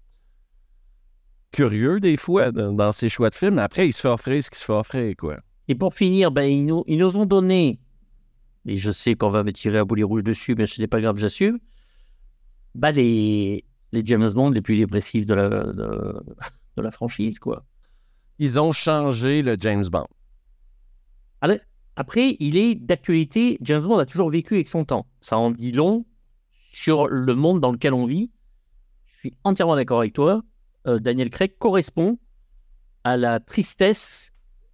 curieux, des fois, dans ses choix de films. Après, il se fait offrir ce qu'il se fait offrir, quoi. Et pour finir, ils nous ont donné, et je sais qu'on va me tirer à boulet rouge dessus, mais ce n'est pas grave, j'assume, les James Bond les plus dépressifs de la franchise, quoi. Ils ont changé le James Bond. Alors, après, il est d'actualité. James Bond a toujours vécu avec son temps. Ça en dit long sur le monde dans lequel on vit. Je suis entièrement d'accord avec toi. Daniel Craig correspond à la tristesse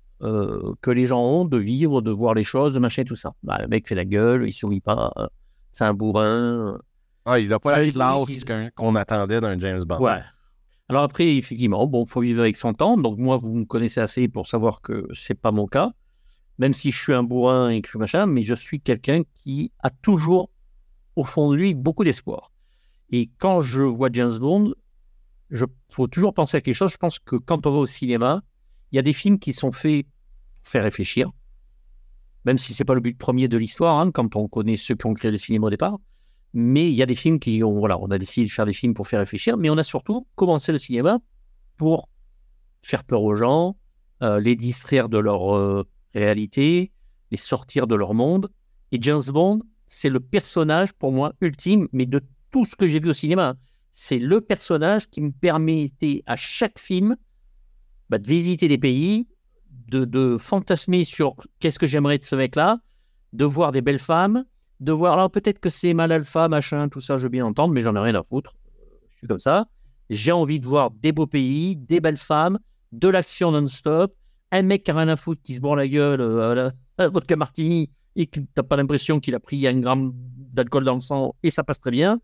que les gens ont de vivre, de voir les choses, de machin, tout ça. Le mec fait la gueule, il sourit pas, c'est un bourrin. Il n'a pas la classe qu'on attendait d'un James Bond. Ouais. Alors après, effectivement, il faut vivre avec son temps. Donc moi, vous me connaissez assez pour savoir que c'est pas mon cas. Même si je suis un bourrin et que je suis machin, mais je suis quelqu'un qui a toujours, au fond de lui, beaucoup d'espoir. Et quand je vois James Bond, faut toujours penser à quelque chose. Je pense que quand on va au cinéma, il y a des films qui sont faits pour faire réfléchir, même si c'est pas le but premier de l'histoire, hein, quand on connaît ceux qui ont créé le cinéma au départ. Mais il y a des films on a décidé de faire des films pour faire réfléchir, mais on a surtout commencé le cinéma pour faire peur aux gens, les distraire de leur réalité, les sortir de leur monde. Et James Bond, c'est le personnage, pour moi, ultime, mais de tout ce que j'ai vu au cinéma. C'est le personnage qui me permettait à chaque film de visiter des pays, de fantasmer sur qu'est-ce que j'aimerais de ce mec-là, de voir des belles femmes, de voir, alors peut-être que c'est mal alpha, machin, tout ça, je veux bien entendre, mais j'en ai rien à foutre. Je suis comme ça. J'ai envie de voir des beaux pays, des belles femmes, de l'action non-stop, un mec qui a rien à foutre, qui se bourre la gueule à la vodka martini et qui t'as pas l'impression qu'il a pris 1 gramme d'alcool dans le sang et ça passe très bien.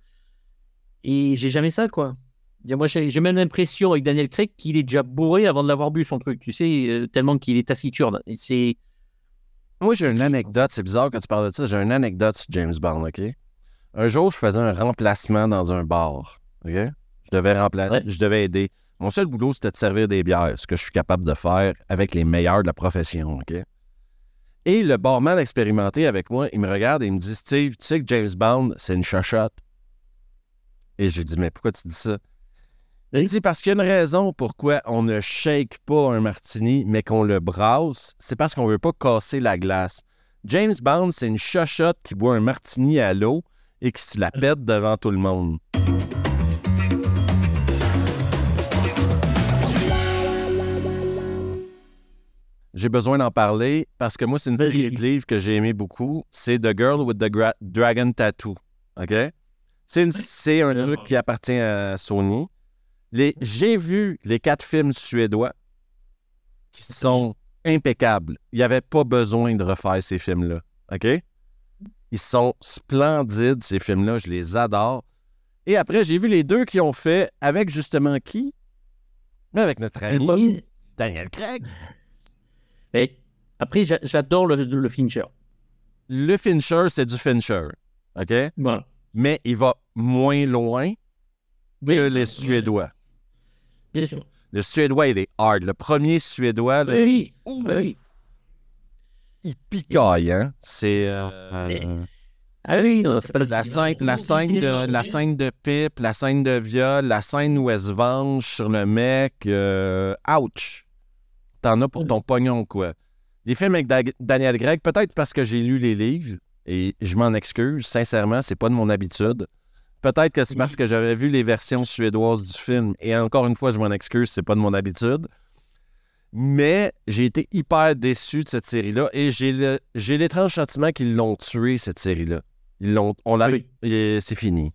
Et j'ai jamais ça, quoi. Moi, j'ai même l'impression avec Daniel Craig qu'il est déjà bourré avant de l'avoir bu, son truc, tu sais, tellement qu'il est taciturne. Et c'est... Moi, j'ai une anecdote, c'est bizarre que tu parles de ça, j'ai une anecdote sur James Bond, OK? Un jour, je faisais un remplacement dans un bar, OK? Je devais aider. Mon seul boulot, c'était de servir des bières, ce que je suis capable de faire avec les meilleurs de la profession, OK? Et le barman expérimenté avec moi, il me regarde et il me dit « Steve, tu sais que James Bond, c'est une chochotte? » Et je lui dis « Mais pourquoi tu dis ça? » Il dit « Parce qu'il y a une raison pourquoi on ne shake pas un martini, mais qu'on le brasse, c'est parce qu'on ne veut pas casser la glace. James Bond, c'est une chochotte qui boit un martini à l'eau et qui se la pète devant tout le monde. » J'ai besoin d'en parler parce que moi, c'est une série de livres que j'ai aimé beaucoup. C'est The Girl with the Dragon Tattoo. OK? C'est un truc qui appartient à Sony. J'ai vu les 4 films suédois qui sont impeccables. Il n'y avait pas besoin de refaire ces films-là. OK? Ils sont splendides, ces films-là. Je les adore. Et après, j'ai vu les 2 qui ont fait avec justement qui? Avec notre ami Daniel Craig. Et après, j'adore le Fincher. Le Fincher, c'est du Fincher. OK? Voilà. Mais il va moins loin que les Suédois. Bien sûr. Le Suédois, il est hard. Le premier Suédois, là, oui. Il picaille, hein? C'est... Ah oui, c'est pas la scène de pipe, la scène de viol, la scène où elle se venge sur le mec. Ouch! T'en as pour ton pognon, quoi. Les films avec Daniel Craig, peut-être parce que j'ai lu les livres, et je m'en excuse, sincèrement, c'est pas de mon habitude. Peut-être que c'est parce que j'avais vu les versions suédoises du film, et encore une fois, je m'en excuse, c'est pas de mon habitude. Mais j'ai été hyper déçu de cette série-là et j'ai l'étrange sentiment qu'ils l'ont tué, cette série-là. C'est fini.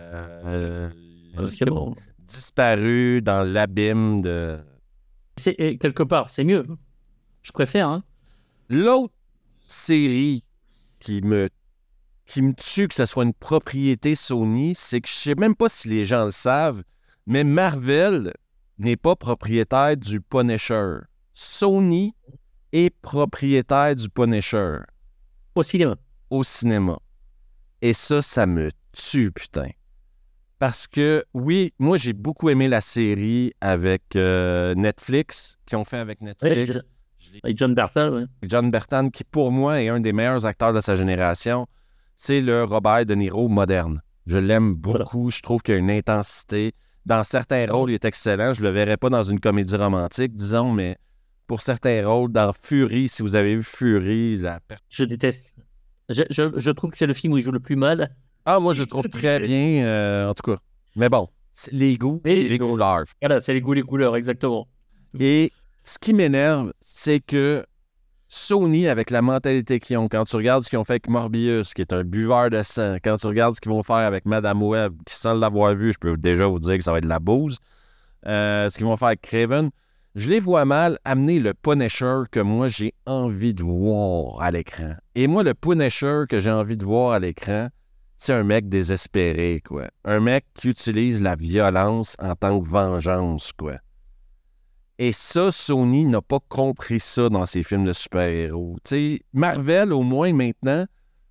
C'est bon. Disparu dans l'abîme de... Quelque part, c'est mieux. Je préfère. Hein. L'autre série qui me tue que ce soit une propriété Sony, c'est que je sais même pas si les gens le savent, mais Marvel n'est pas propriétaire du Punisher. Sony est propriétaire du Punisher. Au cinéma. Au cinéma. Et ça me tue, putain. Parce que, oui, moi, j'ai beaucoup aimé la série avec Netflix, qu'ils ont fait avec Netflix. Avec John Bertal, oui. John Bertal, qui pour moi est un des meilleurs acteurs de sa génération. C'est le Robert De Niro moderne. Je l'aime beaucoup. Voilà. Je trouve qu'il a une intensité. Dans certains rôles, il est excellent. Je ne le verrais pas dans une comédie romantique, disons, mais pour certains rôles, dans Fury, si vous avez vu Fury... Je déteste. Je trouve que c'est le film où il joue le plus mal. Ah, moi, je le trouve très bien, en tout cas. Mais bon, les goûts, les couleurs. Voilà, c'est les goûts, les couleurs, exactement. Et ce qui m'énerve, c'est que Sony, avec la mentalité qu'ils ont, quand tu regardes ce qu'ils ont fait avec Morbius, qui est un buveur de sang, quand tu regardes ce qu'ils vont faire avec Madame Web, qui sans l'avoir vu, je peux déjà vous dire que ça va être de la bouse, ce qu'ils vont faire avec Craven, je les vois mal amener le Punisher que moi j'ai envie de voir à l'écran. Et moi, le Punisher que j'ai envie de voir à l'écran, c'est un mec désespéré, quoi. Un mec qui utilise la violence en tant que vengeance, quoi. Et ça, Sony n'a pas compris ça dans ses films de super-héros. T'sais, Marvel, au moins maintenant,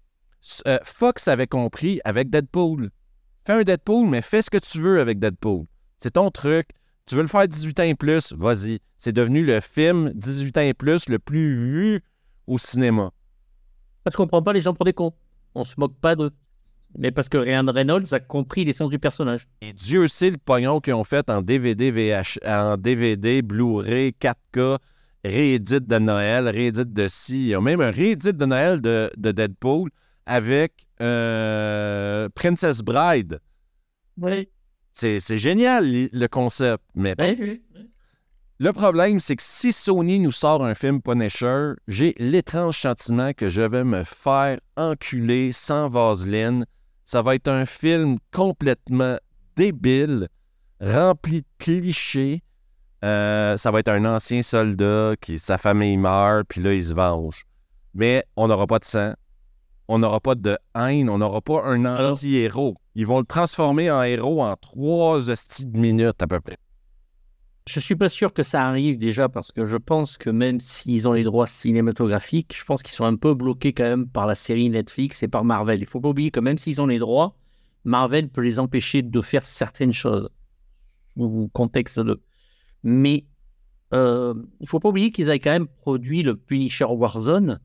Fox avait compris avec Deadpool. Fais un Deadpool, mais fais ce que tu veux avec Deadpool. C'est ton truc. Tu veux le faire 18 ans et plus, vas-y. C'est devenu le film 18 ans et plus le plus vu au cinéma. Je comprends pas les gens pour des cons. On se moque pas d'eux. Mais parce que Ryan Reynolds a compris l'essence du personnage. Et Dieu sait le pognon qu'ils ont fait en DVD, en DVD, Blu-ray, 4K, réédit de Noël, réédit de ci. Il y a même un réédit de Noël de Deadpool avec Princess Bride. Oui. C'est génial, le concept. Mais oui. Le problème, c'est que si Sony nous sort un film Punisher, j'ai l'étrange sentiment que je vais me faire enculer sans vaseline. Ça va être un film complètement débile, rempli de clichés. Ça va être un ancien soldat qui sa famille meurt, puis là, il se venge. Mais on n'aura pas de sang. On n'aura pas de haine. On n'aura pas un anti-héros. Ils vont le transformer en héros en 3 hosties de minutes à peu près. Je suis pas sûr que ça arrive déjà parce que je pense que même s'ils ont les droits cinématographiques, je pense qu'ils sont un peu bloqués quand même par la série Netflix et par Marvel. Il faut pas oublier que même s'ils ont les droits, Marvel peut les empêcher de faire certaines choses au contexte de. Mais il faut pas oublier qu'ils avaient quand même produit le Punisher Warzone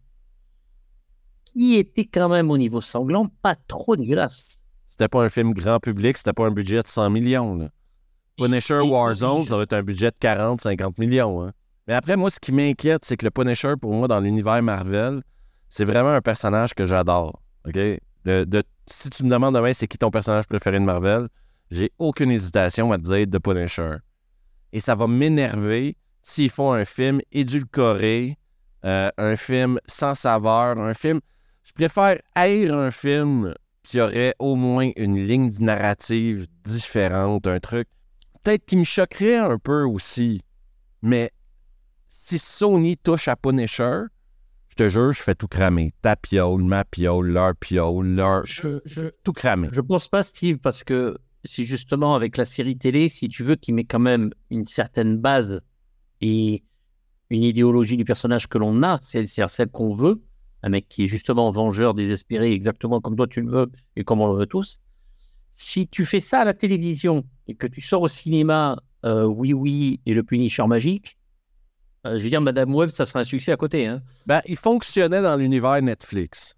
qui était quand même au niveau sanglant pas trop dégueulasse. C'était pas un film grand public, c'était pas un budget de 100 millions, là. Punisher Warzone, ça va être un budget de 40-50 millions. Hein. Mais après, moi, ce qui m'inquiète, c'est que le Punisher, pour moi, dans l'univers Marvel, c'est vraiment un personnage que j'adore. OK? Si tu me demandes demain, c'est qui ton personnage préféré de Marvel, j'ai aucune hésitation à te dire The Punisher. Et ça va m'énerver s'ils font un film édulcoré, un film sans saveur, un film... Je préfère haïr un film qui aurait au moins une ligne narrative différente, un truc... Peut-être qu'il me choquerait un peu aussi, mais si Sony touche à Punisher, je te jure, je fais tout cramer. Ta piole, ma piole, leur piole, tout cramer. Je pense pas, Steve, parce que c'est justement avec la série télé, si tu veux, qui met quand même une certaine base et une idéologie du personnage que l'on a, c'est celle qu'on veut, un mec qui est justement vengeur, désespéré, exactement comme toi tu le veux et comme on le veut tous. Si tu fais ça à la télévision et que tu sors au cinéma Oui et le Punisher magique, je veux dire, Madame Web, ça sera un succès à côté. Hein. Ben, il fonctionnait dans l'univers Netflix.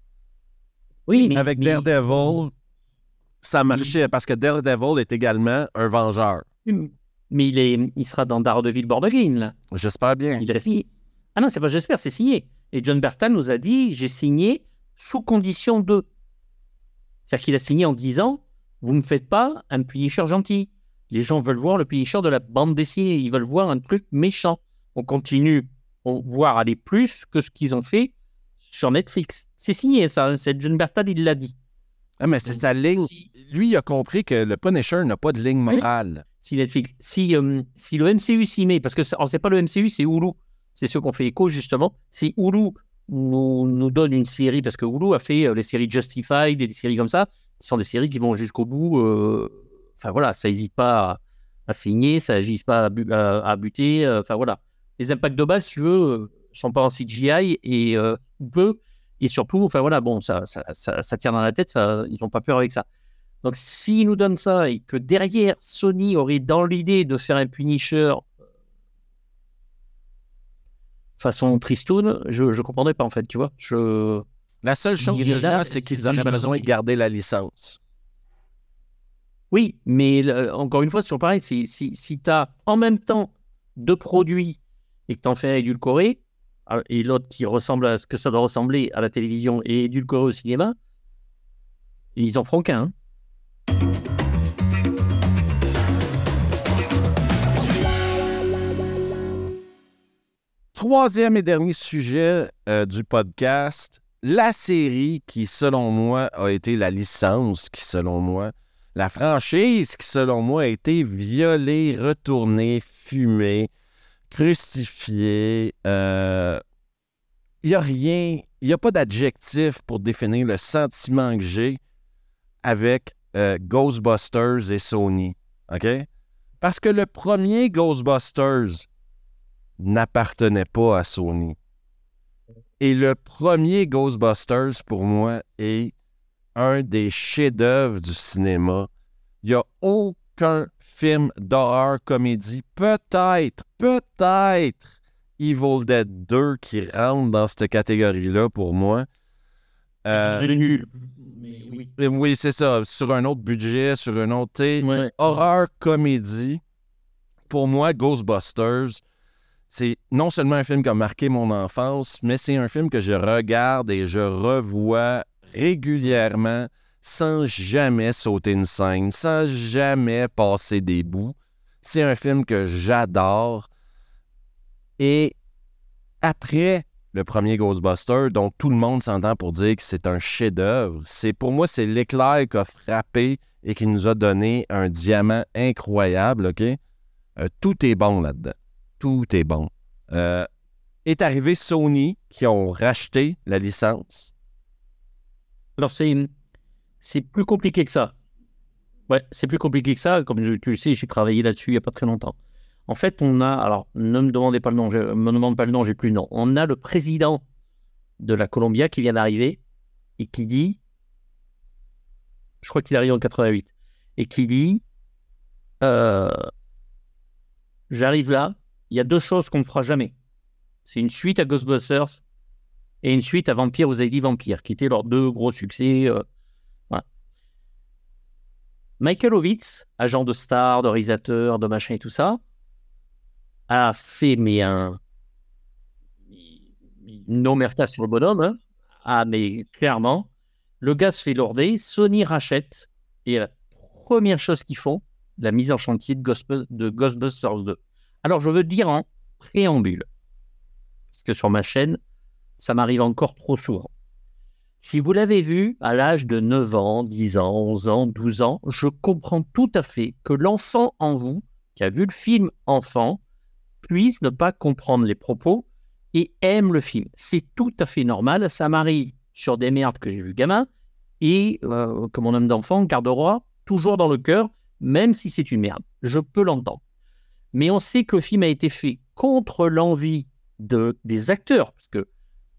Oui, mais... Avec Daredevil, ça marchait parce que Daredevil est également un vengeur. Mais il sera dans Daredevil Born Again, là. J'espère bien. Il a signé. Ah non, c'est pas j'espère, c'est signé. Et John Bertal nous a dit, j'ai signé sous condition de... C'est-à-dire qu'il a signé en disant, vous ne me faites pas un Punisher gentil. Les gens veulent voir le Punisher de la bande dessinée. Ils veulent voir un truc méchant. on continue, voire aller plus que ce qu'ils ont fait sur Netflix. C'est signé, ça. C'est John Bertal, il l'a dit. Ah, mais c'est Donc, sa ligne. Lui, il a compris que le Punisher n'a pas de ligne morale. Si Netflix, si le MCU s'y met, parce que c'est pas le MCU, c'est Hulu. C'est ceux qu'on fait écho, justement. Si Hulu nous donne une série, parce que Hulu a fait les séries Justified et des séries comme ça, ce sont des séries qui vont jusqu'au bout. Enfin voilà, ça n'hésite pas à signer, ça n'hésite pas à buter. Enfin voilà. Les impacts de base, si tu veux, sont pas en CGI et peu. Et surtout, enfin voilà, bon, ça tire dans la tête, ils n'ont pas peur avec ça. Donc, s'ils nous donnent ça et que derrière, Sony aurait dans l'idée de faire un Punisher façon Tristoun, je ne comprendrais pas en fait, tu vois. La seule chose que je vois, c'est qu'ils auraient besoin de garder la licence. Oui, mais encore une fois, c'est toujours pareil. Si tu as en même temps deux produits et que tu en fais un édulcoré, et l'autre qui ressemble à ce que ça doit ressembler à la télévision et édulcoré au cinéma, ils en feront qu'un. Troisième et dernier sujet du podcast, la série qui, selon moi, a été la licence qui, selon moi, la franchise qui, selon moi, a été violée, retournée, fumée, crucifiée. Il n'y a rien, il n'y a pas d'adjectif pour définir le sentiment que j'ai avec Ghostbusters et Sony. OK? Parce que le premier Ghostbusters n'appartenait pas à Sony. Et le premier Ghostbusters, pour moi, est un des chefs-d'œuvre du cinéma. Il n'y a aucun film d'horreur comédie, peut-être Evil Dead 2 qui rentre dans cette catégorie-là pour moi. Nul. Oui, c'est ça. Sur un autre budget, sur un autre... Ouais. Horreur comédie, pour moi, Ghostbusters, c'est non seulement un film qui a marqué mon enfance, mais c'est un film que je regarde et je revois régulièrement sans jamais sauter une scène, sans jamais passer des bouts. C'est un film que j'adore. Et après le premier Ghostbuster, dont tout le monde s'entend pour dire que c'est un chef-d'œuvre, pour moi, c'est l'éclair qui a frappé et qui nous a donné un diamant incroyable, OK? Tout est bon là-dedans. Tout est bon. Est arrivé Sony, qui ont racheté la licence. Alors, c'est plus compliqué que ça. Ouais, c'est plus compliqué que ça. Comme tu le sais, j'ai travaillé là-dessus il n'y a pas très longtemps. En fait, on a... Alors, ne me demandez pas le nom, me demande pas le nom, j'ai plus le nom. On a le président de la Columbia qui vient d'arriver et qui dit... Je crois qu'il arrive en 88. Et qui dit... J'arrive là, il y a deux choses qu'on ne fera jamais. C'est une suite à Ghostbusters et une suite à Vampire, vous avez dit Vampire, qui étaient leurs deux gros succès. Voilà. Michael Ovitz, agent de star, de réalisateur, de machin et tout ça, a fait une omerta sur le bonhomme. Hein. Ah, mais clairement, le gars se fait lourder, Sony rachète, et la première chose qu'ils font, la mise en chantier de Ghostbusters 2. Alors, je veux dire en préambule, parce que sur ma chaîne, ça m'arrive encore trop souvent. Si vous l'avez vu à l'âge de 9 ans, 10 ans, 11 ans, 12 ans, je comprends tout à fait que l'enfant en vous, qui a vu le film enfant, puisse ne pas comprendre les propos et aime le film. C'est tout à fait normal, ça m'arrive sur des merdes que j'ai vu gamin, et que mon homme d'enfant gardera toujours dans le cœur, même si c'est une merde. Je peux l'entendre. Mais on sait que le film a été fait contre l'envie des acteurs, parce que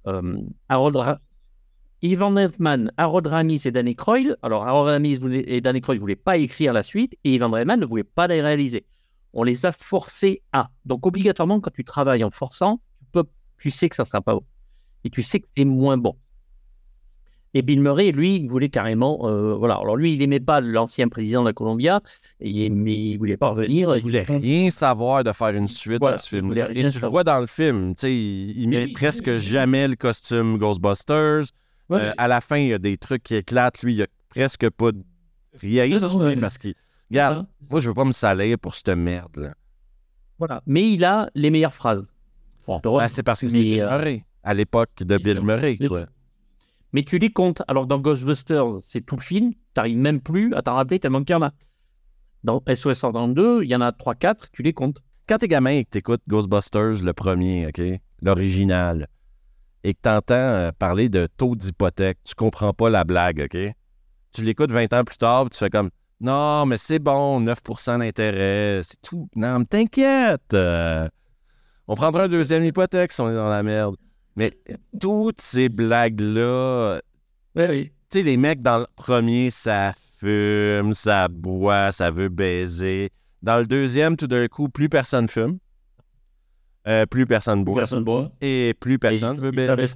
Ivan Reitman, Harold Ramis et Danny Croyd. Alors, Harold Ramis et Danny Croyd ne voulaient pas écrire la suite et Ivan Reitman ne voulait pas la réaliser. On les a forcés à. Donc, obligatoirement, quand tu travailles en forçant, tu sais que ça ne sera pas bon. Et tu sais que c'est moins bon. Et Bill Murray, lui, il voulait carrément... voilà. Alors, lui, il n'aimait pas l'ancien président de la Columbia, mais il ne voulait pas revenir. Il voulait rien savoir de faire une suite à ce film. Et tu le vois dans le film. Il met presque jamais le costume Ghostbusters. Ouais. À la fin, il y a des trucs qui éclatent. Lui, il n'y a presque pas de rien parce qu'il... Regarde, moi, je veux pas me salir pour cette merde-là. Voilà. Mais il a les meilleures phrases. C'est parce que c'est Bill Murray, à l'époque de Bill Murray, quoi. Mais tu les comptes. Alors, dans Ghostbusters, c'est tout le film. Tu n'arrives même plus à t'en rappeler tellement qu'il y en a. Dans SOS 132, il y en a 3-4, tu les comptes. Quand t'es gamin et que t'écoutes Ghostbusters, le premier, OK, l'original, et que t'entends parler de taux d'hypothèque, tu comprends pas la blague, OK? Tu l'écoutes 20 ans plus tard, tu fais comme « Non, mais c'est bon, 9% d'intérêt, c'est tout. Non, mais t'inquiète. On prendra un deuxième hypothèque si on est dans la merde. » Mais toutes ces blagues-là... Oui. Tu sais, les mecs dans le premier, ça fume, ça boit, ça veut baiser. Dans le deuxième, tout d'un coup, plus personne fume. Plus personne boit. Et plus personne veut baiser.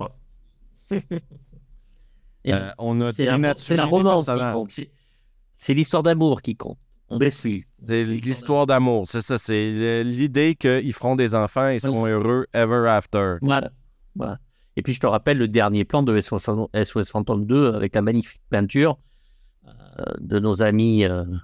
On a c'est la romance qui compte. C'est l'histoire d'amour qui compte. C'est l'histoire d'amour. C'est ça. C'est l'idée qu'ils feront des enfants et seront heureux ever after. Voilà. Et puis, je te rappelle le dernier plan de SOS 132 avec la magnifique peinture de nos amis.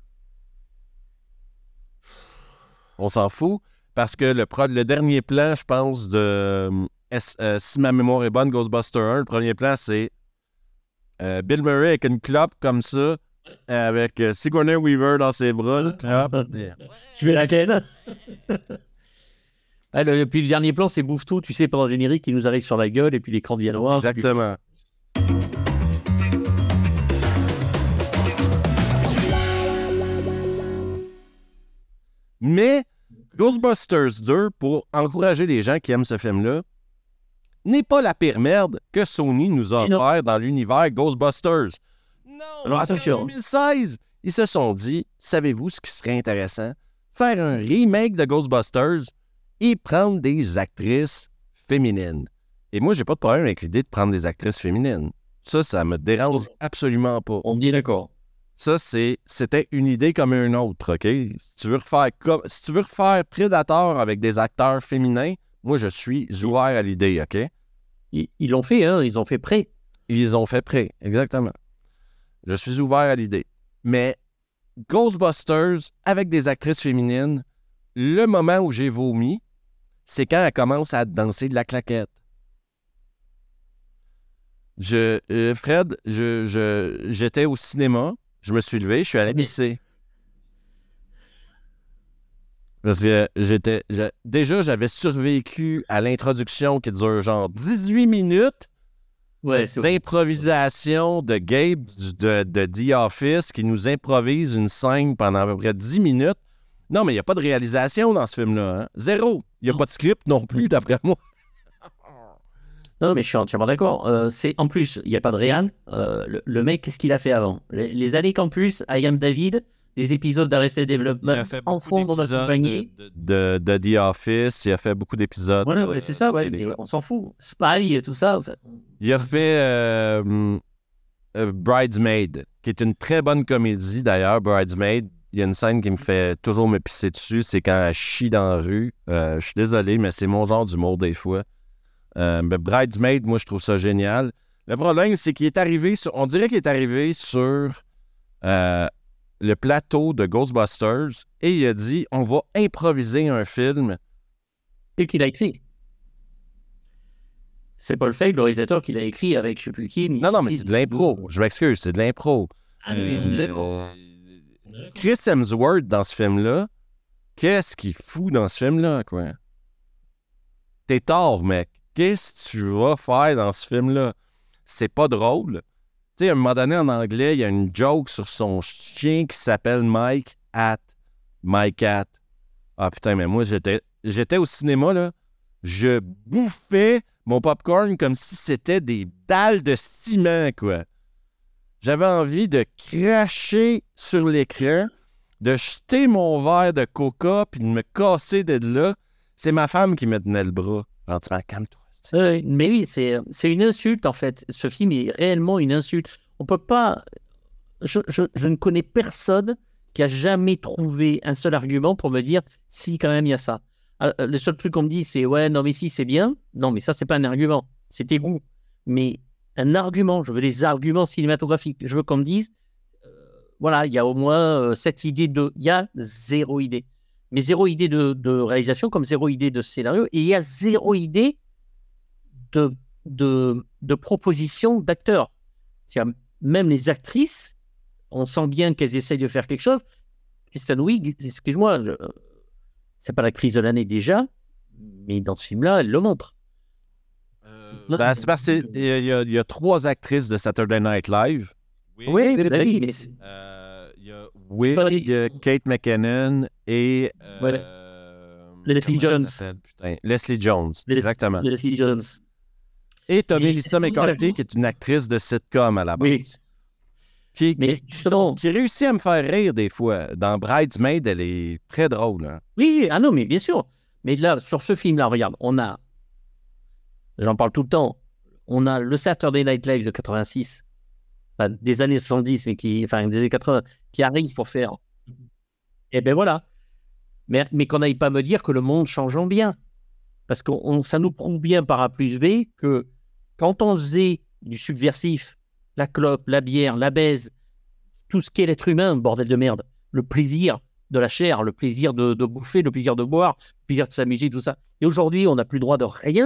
On s'en fout parce que le dernier plan, je pense, de si ma mémoire est bonne, Ghostbuster 1, le premier plan, c'est Bill Murray avec une clope comme ça, avec Sigourney Weaver dans ses bras. Je vais laquelle? Puis le dernier plan, c'est Bouffe-Tout, tu sais, pendant le générique, qui nous arrive sur la gueule, et puis l'écran devient noir. Exactement. Mais Ghostbusters 2, pour encourager les gens qui aiment ce film-là, n'est pas la pire merde que Sony nous a offert dans l'univers Ghostbusters. Non, alors, parce qu'en 2016, ils se sont dit, savez-vous ce qui serait intéressant? Faire un remake de Ghostbusters et prendre des actrices féminines. Et moi, j'ai pas de problème avec l'idée de prendre des actrices féminines. Ça me dérange absolument pas. On est d'accord. Ça, c'était une idée comme une autre, OK? Si tu veux refaire Predator avec des acteurs féminins, moi, je suis ouvert à l'idée, OK? Ils l'ont fait, hein? Ils ont fait Prêt. Ils ont fait Prêt, exactement. Je suis ouvert à l'idée. Mais Ghostbusters avec des actrices féminines, le moment où j'ai vomi, c'est quand elle commence à danser de la claquette. Fred, j'étais au cinéma, je me suis levé, je suis allé pisser. Parce que j'avais survécu à l'introduction qui dure genre 18 minutes d'improvisation de Gabe de The Office qui nous improvise une scène pendant à peu près 10 minutes. Non, mais il n'y a pas de réalisation dans ce film-là. Hein? Zéro. Il n'y a pas de script non plus, d'après moi. Non, mais je suis entièrement d'accord. En plus, il n'y a pas de réal. Le mec, qu'est-ce qu'il a fait avant? Les années Campus, I Am David, des épisodes d'Arrested Development, enfant dans notre compagnie. De The Office, il a fait beaucoup d'épisodes. Ouais, c'est ça, mais on s'en fout. Spy, tout ça. Enfin. Il a fait Bridesmaid, qui est une très bonne comédie, d'ailleurs, Bridesmaid. Il y a une scène qui me fait toujours me pisser dessus, c'est quand elle chie dans la rue. Je suis désolé, mais c'est mon genre d'humour des fois. Mais Bridesmaid, moi, je trouve ça génial. Le problème, c'est qu'il est arrivé on dirait qu'il est arrivé sur le plateau de Ghostbusters et il a dit, on va improviser un film. Et qu'il a écrit. C'est pas le fait, le réalisateur qui l'a écrit avec je sais plus qui. Non, mais c'est de l'impro. Je m'excuse, c'est de l'impro. Chris Hemsworth dans ce film-là, qu'est-ce qu'il fout dans ce film-là, quoi? T'es tort, mec. Qu'est-ce que tu vas faire dans ce film-là? C'est pas drôle. Tu sais, à un moment donné, en anglais, il y a une joke sur son chien qui s'appelle Mike at My Cat. Ah putain, mais moi, j'étais au cinéma, là. Je bouffais mon popcorn comme si c'était des dalles de ciment, quoi. J'avais envie de cracher sur l'écran, de jeter mon verre de coca puis de me casser de là. C'est ma femme qui me tenait le bras. Alors, tu m'as calme-toi. Mais oui, c'est une insulte, en fait. Ce film est réellement une insulte. On peut pas... Je ne connais personne qui a jamais trouvé un seul argument pour me dire si, quand même, il y a ça. Le seul truc qu'on me dit, c'est « Ouais, non, mais si, c'est bien. » Non, mais ça, c'est pas un argument. C'est tes goûts. Mais un argument, je veux des arguments cinématographiques. Je veux qu'on me dise, voilà, il y a au moins cette idée de... Il y a zéro idée. mais zéro idée de réalisation, comme zéro idée de scénario, et il y a zéro idée de proposition d'acteurs. C'est-à-dire, même les actrices, on sent bien qu'elles essayent de faire quelque chose. Kristen Wiig, excuse-moi, c'est pas l'actrice de l'année déjà, mais dans ce film-là, elle le montre. C'est parce qu'il y a 3 actrices de Saturday Night Live. Oui, mais Il y a Wiig, Kate McKinnon et... Leslie Jones. Leslie Jones, exactement. Leslie Jones. Et t'as Melissa McCarthy, qui est une actrice de sitcom à la base. Oui. Qui Justement, réussit à me faire rire des fois. Dans Bridesmaid, elle est très drôle. Hein. oui, ah non, mais bien sûr. Mais là, sur ce film-là, regarde, j'en parle tout le temps, on a le Saturday Night Live de 86, enfin, des années 70, mais des années 80, qui arrive pour faire. Et ben voilà. Mais qu'on n'aille pas me dire que le monde change en bien. Parce que ça nous prouve bien par A plus B que quand on faisait du subversif, la clope, la bière, la baise, tout ce qu'est l'être humain, bordel de merde, le plaisir de la chair, le plaisir de bouffer, le plaisir de boire, le plaisir de s'amuser, tout ça. Et aujourd'hui, on n'a plus le droit de rien.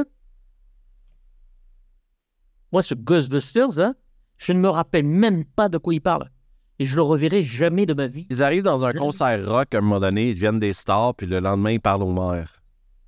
Moi, ce Ghostbusters, hein, je ne me rappelle même pas de quoi il parle. Et je le reverrai jamais de ma vie. Ils arrivent dans un concert rock à un moment donné, ils deviennent des stars, puis le lendemain, ils parlent aux mères.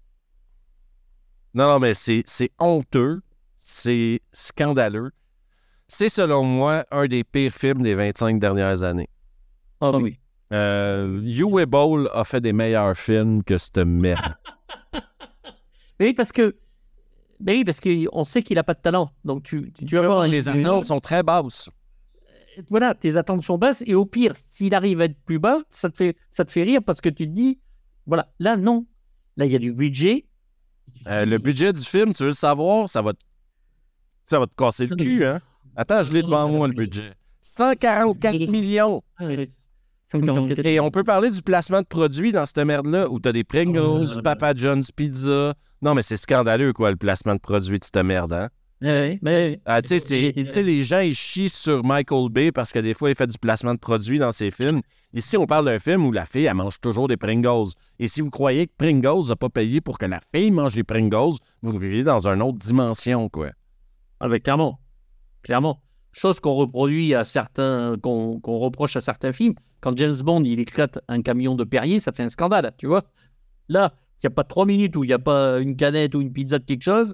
Non, mais c'est honteux, c'est scandaleux. C'est, selon moi, un des pires films des 25 dernières années. Ah oui. Uwe Boll a fait des meilleurs films que cette merde. Mais oui, parce qu'on sait qu'il n'a pas de talent. Donc, tu vas voir... Les attentes sont très basses. Voilà, tes attentes sont basses. Et au pire, s'il arrive à être plus bas, ça te fait rire parce que tu te dis, voilà, là, non. Là, il y a du budget. Le budget du film, tu veux le savoir, ça va te casser le cul, hein? Attends, je l'ai devant moi, le budget. 144 millions! Et on peut parler du placement de produits dans cette merde-là, où t'as des Pringles, du Papa John's Pizza. Non, mais c'est scandaleux, quoi, le placement de produits de cette merde, hein? Mais... tu sais, les gens, ils chient sur Michael Bay parce que des fois, il fait du placement de produits dans ses films. Ici, on parle d'un film où la fille, elle mange toujours des Pringles. Et si vous croyez que Pringles n'a pas payé pour que la fille mange des Pringles, vous vivez dans une autre dimension, quoi. Ah, mais clairement. Chose qu'on reproduit à certains, qu'on reproche à certains films. Quand James Bond, il éclate un camion de Perrier, ça fait un scandale, tu vois. Là, il n'y a pas 3 minutes où il n'y a pas une canette ou une pizza de quelque chose.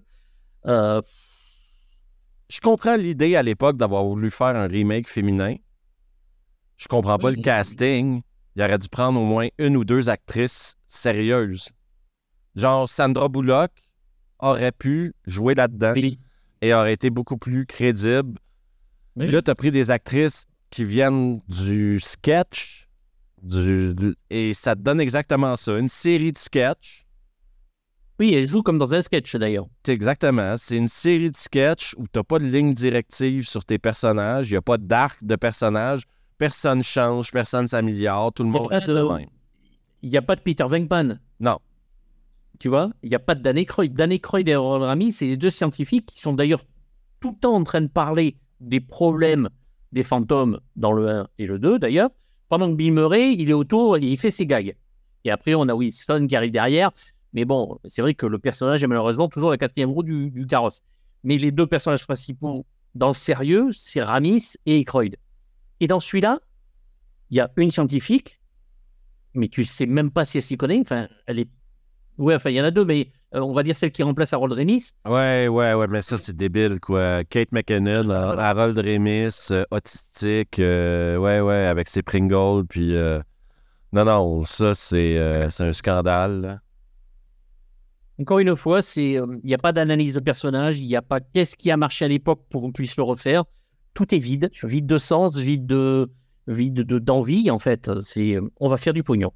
Je comprends l'idée à l'époque d'avoir voulu faire un remake féminin. Je comprends pas le casting. Il aurait dû prendre au moins 1 ou 2 actrices sérieuses. Genre, Sandra Bullock aurait pu jouer là-dedans et aurait été beaucoup plus crédible. Là, tu as pris des actrices qui viennent du sketch et ça te donne exactement ça. Une série de sketchs. Oui, elle joue comme dans un sketch, d'ailleurs. Exactement. C'est une série de sketchs où tu n'as pas de ligne directive sur tes personnages. Il n'y a pas d'arc de personnages. Personne change, personne s'améliore. Tout le monde reste le même. Il n'y a pas de Peter Venkman. Non. Tu vois, il n'y a pas de Dan Aykroyd. Dan Aykroyd et Harold Ramis, c'est les 2 scientifiques qui sont d'ailleurs tout le temps en train de parler des problèmes des fantômes dans le 1 et le 2, d'ailleurs, pendant que Bill Murray, il est autour et il fait ses gags. Et après, on a Winston qui arrive derrière. Mais bon, c'est vrai que le personnage est malheureusement toujours la 4e roue du carrosse. Mais les 2 personnages principaux dans le sérieux, c'est Ramis et Aykroyd. Et dans celui-là, il y a une scientifique, mais tu sais même pas si elle s'y connaît. Enfin, elle est... Ouais, enfin, il y en a 2, mais on va dire celle qui remplace Harold Ramis. Ouais, mais ça, c'est débile, quoi. Kate McKinnon, Harold Ramis, autistique, ouais, avec ses Pringles, puis... Non, ça, c'est un scandale, là. Encore une fois, il n'y a pas d'analyse de personnage, il n'y a pas qu'est-ce qui a marché à l'époque pour qu'on puisse le refaire. Tout est vide de sens, vide d'envie, en fait. On va faire du pognon.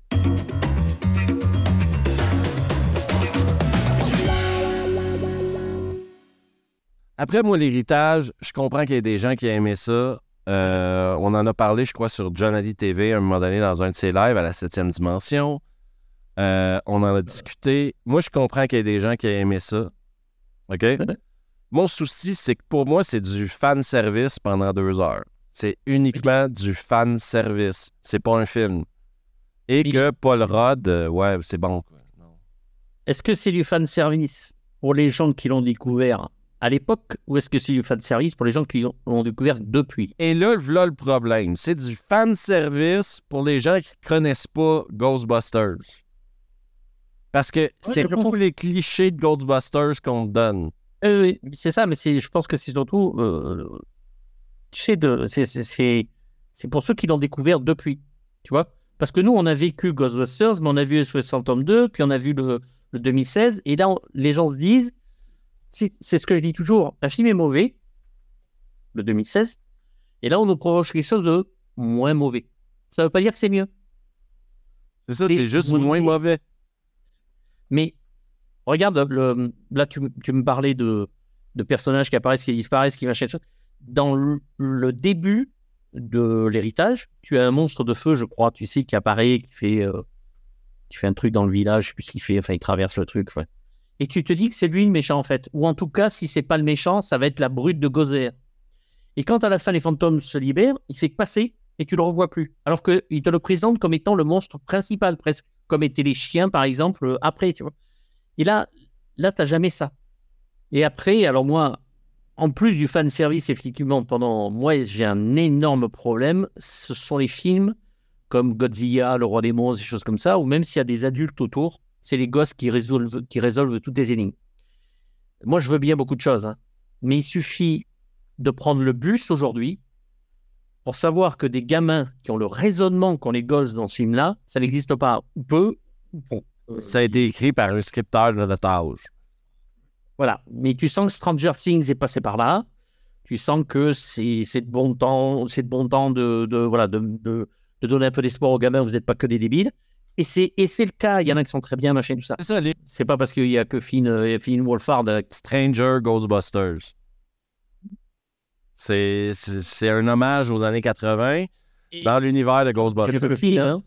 Après, moi, l'héritage, je comprends qu'il y ait des gens qui aiment ça. On en a parlé, je crois, sur John Ali TV à un moment donné dans un de ses lives à la 7e dimension. On en a discuté. Moi, je comprends qu'il y ait des gens qui aiment ça. OK? Mon souci, c'est que pour moi, c'est du fan service pendant 2 heures. C'est uniquement du fan service. C'est pas un film. Et que Paul Rudd, ouais, c'est bon. Non. Est-ce que c'est du fanservice pour les gens qui l'ont découvert à l'époque ou est-ce que c'est du fanservice pour les gens qui l'ont découvert depuis? Et là, voilà le problème. C'est du fanservice pour les gens qui ne connaissent pas Ghostbusters. Parce que c'est tous les clichés de Ghostbusters qu'on te donne. Oui, c'est ça, mais je pense que c'est surtout... tu sais, c'est pour ceux qui l'ont découvert depuis, tu vois. Parce que nous, on a vécu Ghostbusters, mais on a vu SOS Fantôme 2, puis on a vu le 2016, et là, les gens se disent, c'est ce que je dis toujours, un film est mauvais, le 2016, et là, on nous provoque quelque chose de moins mauvais. Ça ne veut pas dire que c'est mieux. C'est ça, c'est juste moins mauvais. Mais, regarde, là, tu me parlais de personnages qui apparaissent, qui disparaissent, qui machin. Dans le début de l'héritage, tu as un monstre de feu, je crois, tu sais, qui apparaît, qui fait un truc dans le village, je sais plus ce qu'il fait, enfin, il traverse le truc. Enfin. Et tu te dis que c'est lui le méchant, en fait. Ou en tout cas, si c'est pas le méchant, ça va être la brute de Gozer. Et quand à la fin, les fantômes se libèrent, il s'est passé et tu le revois plus. Alors qu'il te le présente comme étant le monstre principal, presque, comme étaient les chiens, par exemple, après, tu vois. Et là, t'as jamais ça. Et après, alors moi, en plus du fanservice, effectivement, moi, j'ai un énorme problème. Ce sont les films comme Godzilla, Le Roi des Monstres, des choses comme ça, où même s'il y a des adultes autour, c'est les gosses qui résolvent toutes les énigmes. Moi, je veux bien beaucoup de choses, hein, mais il suffit de prendre le bus aujourd'hui pour savoir que des gamins qui ont le raisonnement qu'ont les gosses dans ce film-là, ça n'existe pas. Ou peu. Ça a été écrit par un scripteur de notre âge. Voilà, mais tu sens que Stranger Things est passé par là. Tu sens que c'est de bon temps, de donner un peu d'espoir aux gamins. Vous n'êtes pas que des débiles. Et c'est le cas. Il y en a qui sont très bien, machin, tout ça. C'est ça. C'est pas parce qu'il y a que Finn Wolfhard. Stranger Ghostbusters. C'est un hommage aux années 80 dans l'univers de Ghostbusters.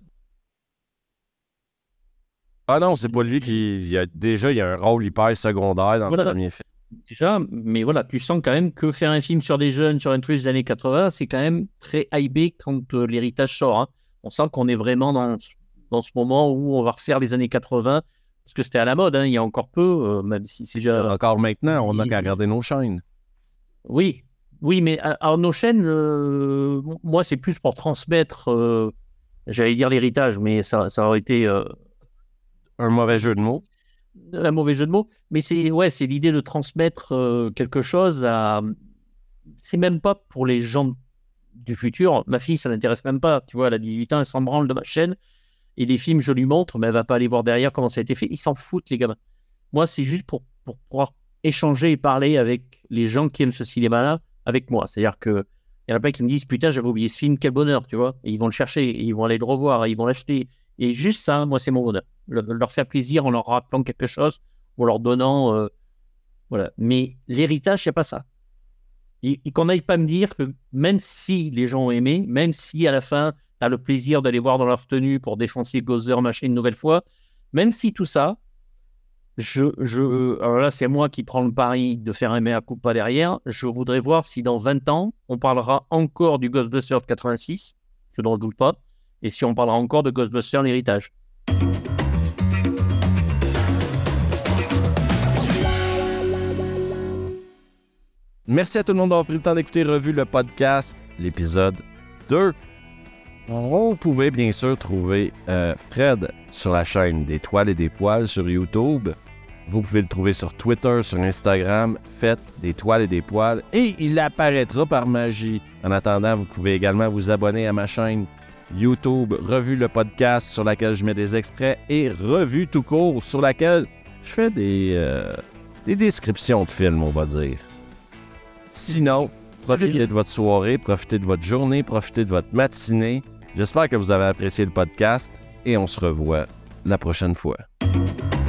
Ah non, c'est pas lui qui... Il y a un rôle hyper secondaire dans le premier film. Déjà, mais voilà, tu sens quand même que faire un film sur des jeunes, sur un truc des années 80, c'est quand même très hypé quand l'héritage sort. Hein. On sent qu'on est vraiment dans ce moment où on va refaire les années 80, parce que c'était à la mode, hein, il y a encore peu, même si c'est déjà... Encore maintenant, on n'a qu'à regarder nos chaînes. Oui, mais alors nos chaînes, moi, c'est plus pour transmettre, j'allais dire l'héritage, mais ça aurait été... un mauvais jeu de mots. Un mauvais jeu de mots, mais c'est l'idée de transmettre quelque chose à... C'est même pas pour les gens du futur. Ma fille, ça n'intéresse même pas. Tu vois, elle a 18 ans, elle s'en branle de ma chaîne. Et les films, je lui montre, mais elle va pas aller voir derrière comment ça a été fait. Ils s'en foutent, les gamins. Moi, c'est juste pour pouvoir échanger et parler avec les gens qui aiment ce cinéma-là avec moi. C'est-à-dire qu'il y en a plein qui me disent « Putain, j'avais oublié ce film, quel bonheur !» Tu vois, et ils vont le chercher, et ils vont aller le revoir, et ils vont l'acheter. Et juste ça, moi, c'est mon bonheur. Leur faire plaisir en leur rappelant quelque chose ou en leur donnant... voilà. Mais l'héritage, il n'y a pas ça. Et qu'on n'aille pas me dire que même si les gens ont aimé, même si à la fin, tu as le plaisir d'aller voir dans leur tenue pour défoncer Gozer, machin, une nouvelle fois, même si tout ça, alors là, c'est moi qui prends le pari de faire un mea culpa derrière, je voudrais voir si dans 20 ans, on parlera encore du Ghostbusters de 86, ce dont je ne doute pas, et si on parlera encore de Ghostbusters l'héritage. Merci à tout le monde d'avoir pris le temps d'écouter Revue le podcast, l'épisode 2. Vous pouvez bien sûr trouver Fred sur la chaîne des Toiles et des Poils sur YouTube. Vous pouvez le trouver sur Twitter, sur Instagram, faites des Toiles et des Poils, et il apparaîtra par magie. En attendant, vous pouvez également vous abonner à ma chaîne YouTube, Revue le podcast, sur laquelle je mets des extraits, et Revue tout court, sur laquelle je fais des descriptions de films, on va dire. Sinon, profitez de votre soirée, profitez de votre journée, profitez de votre matinée. J'espère que vous avez apprécié le podcast et on se revoit la prochaine fois.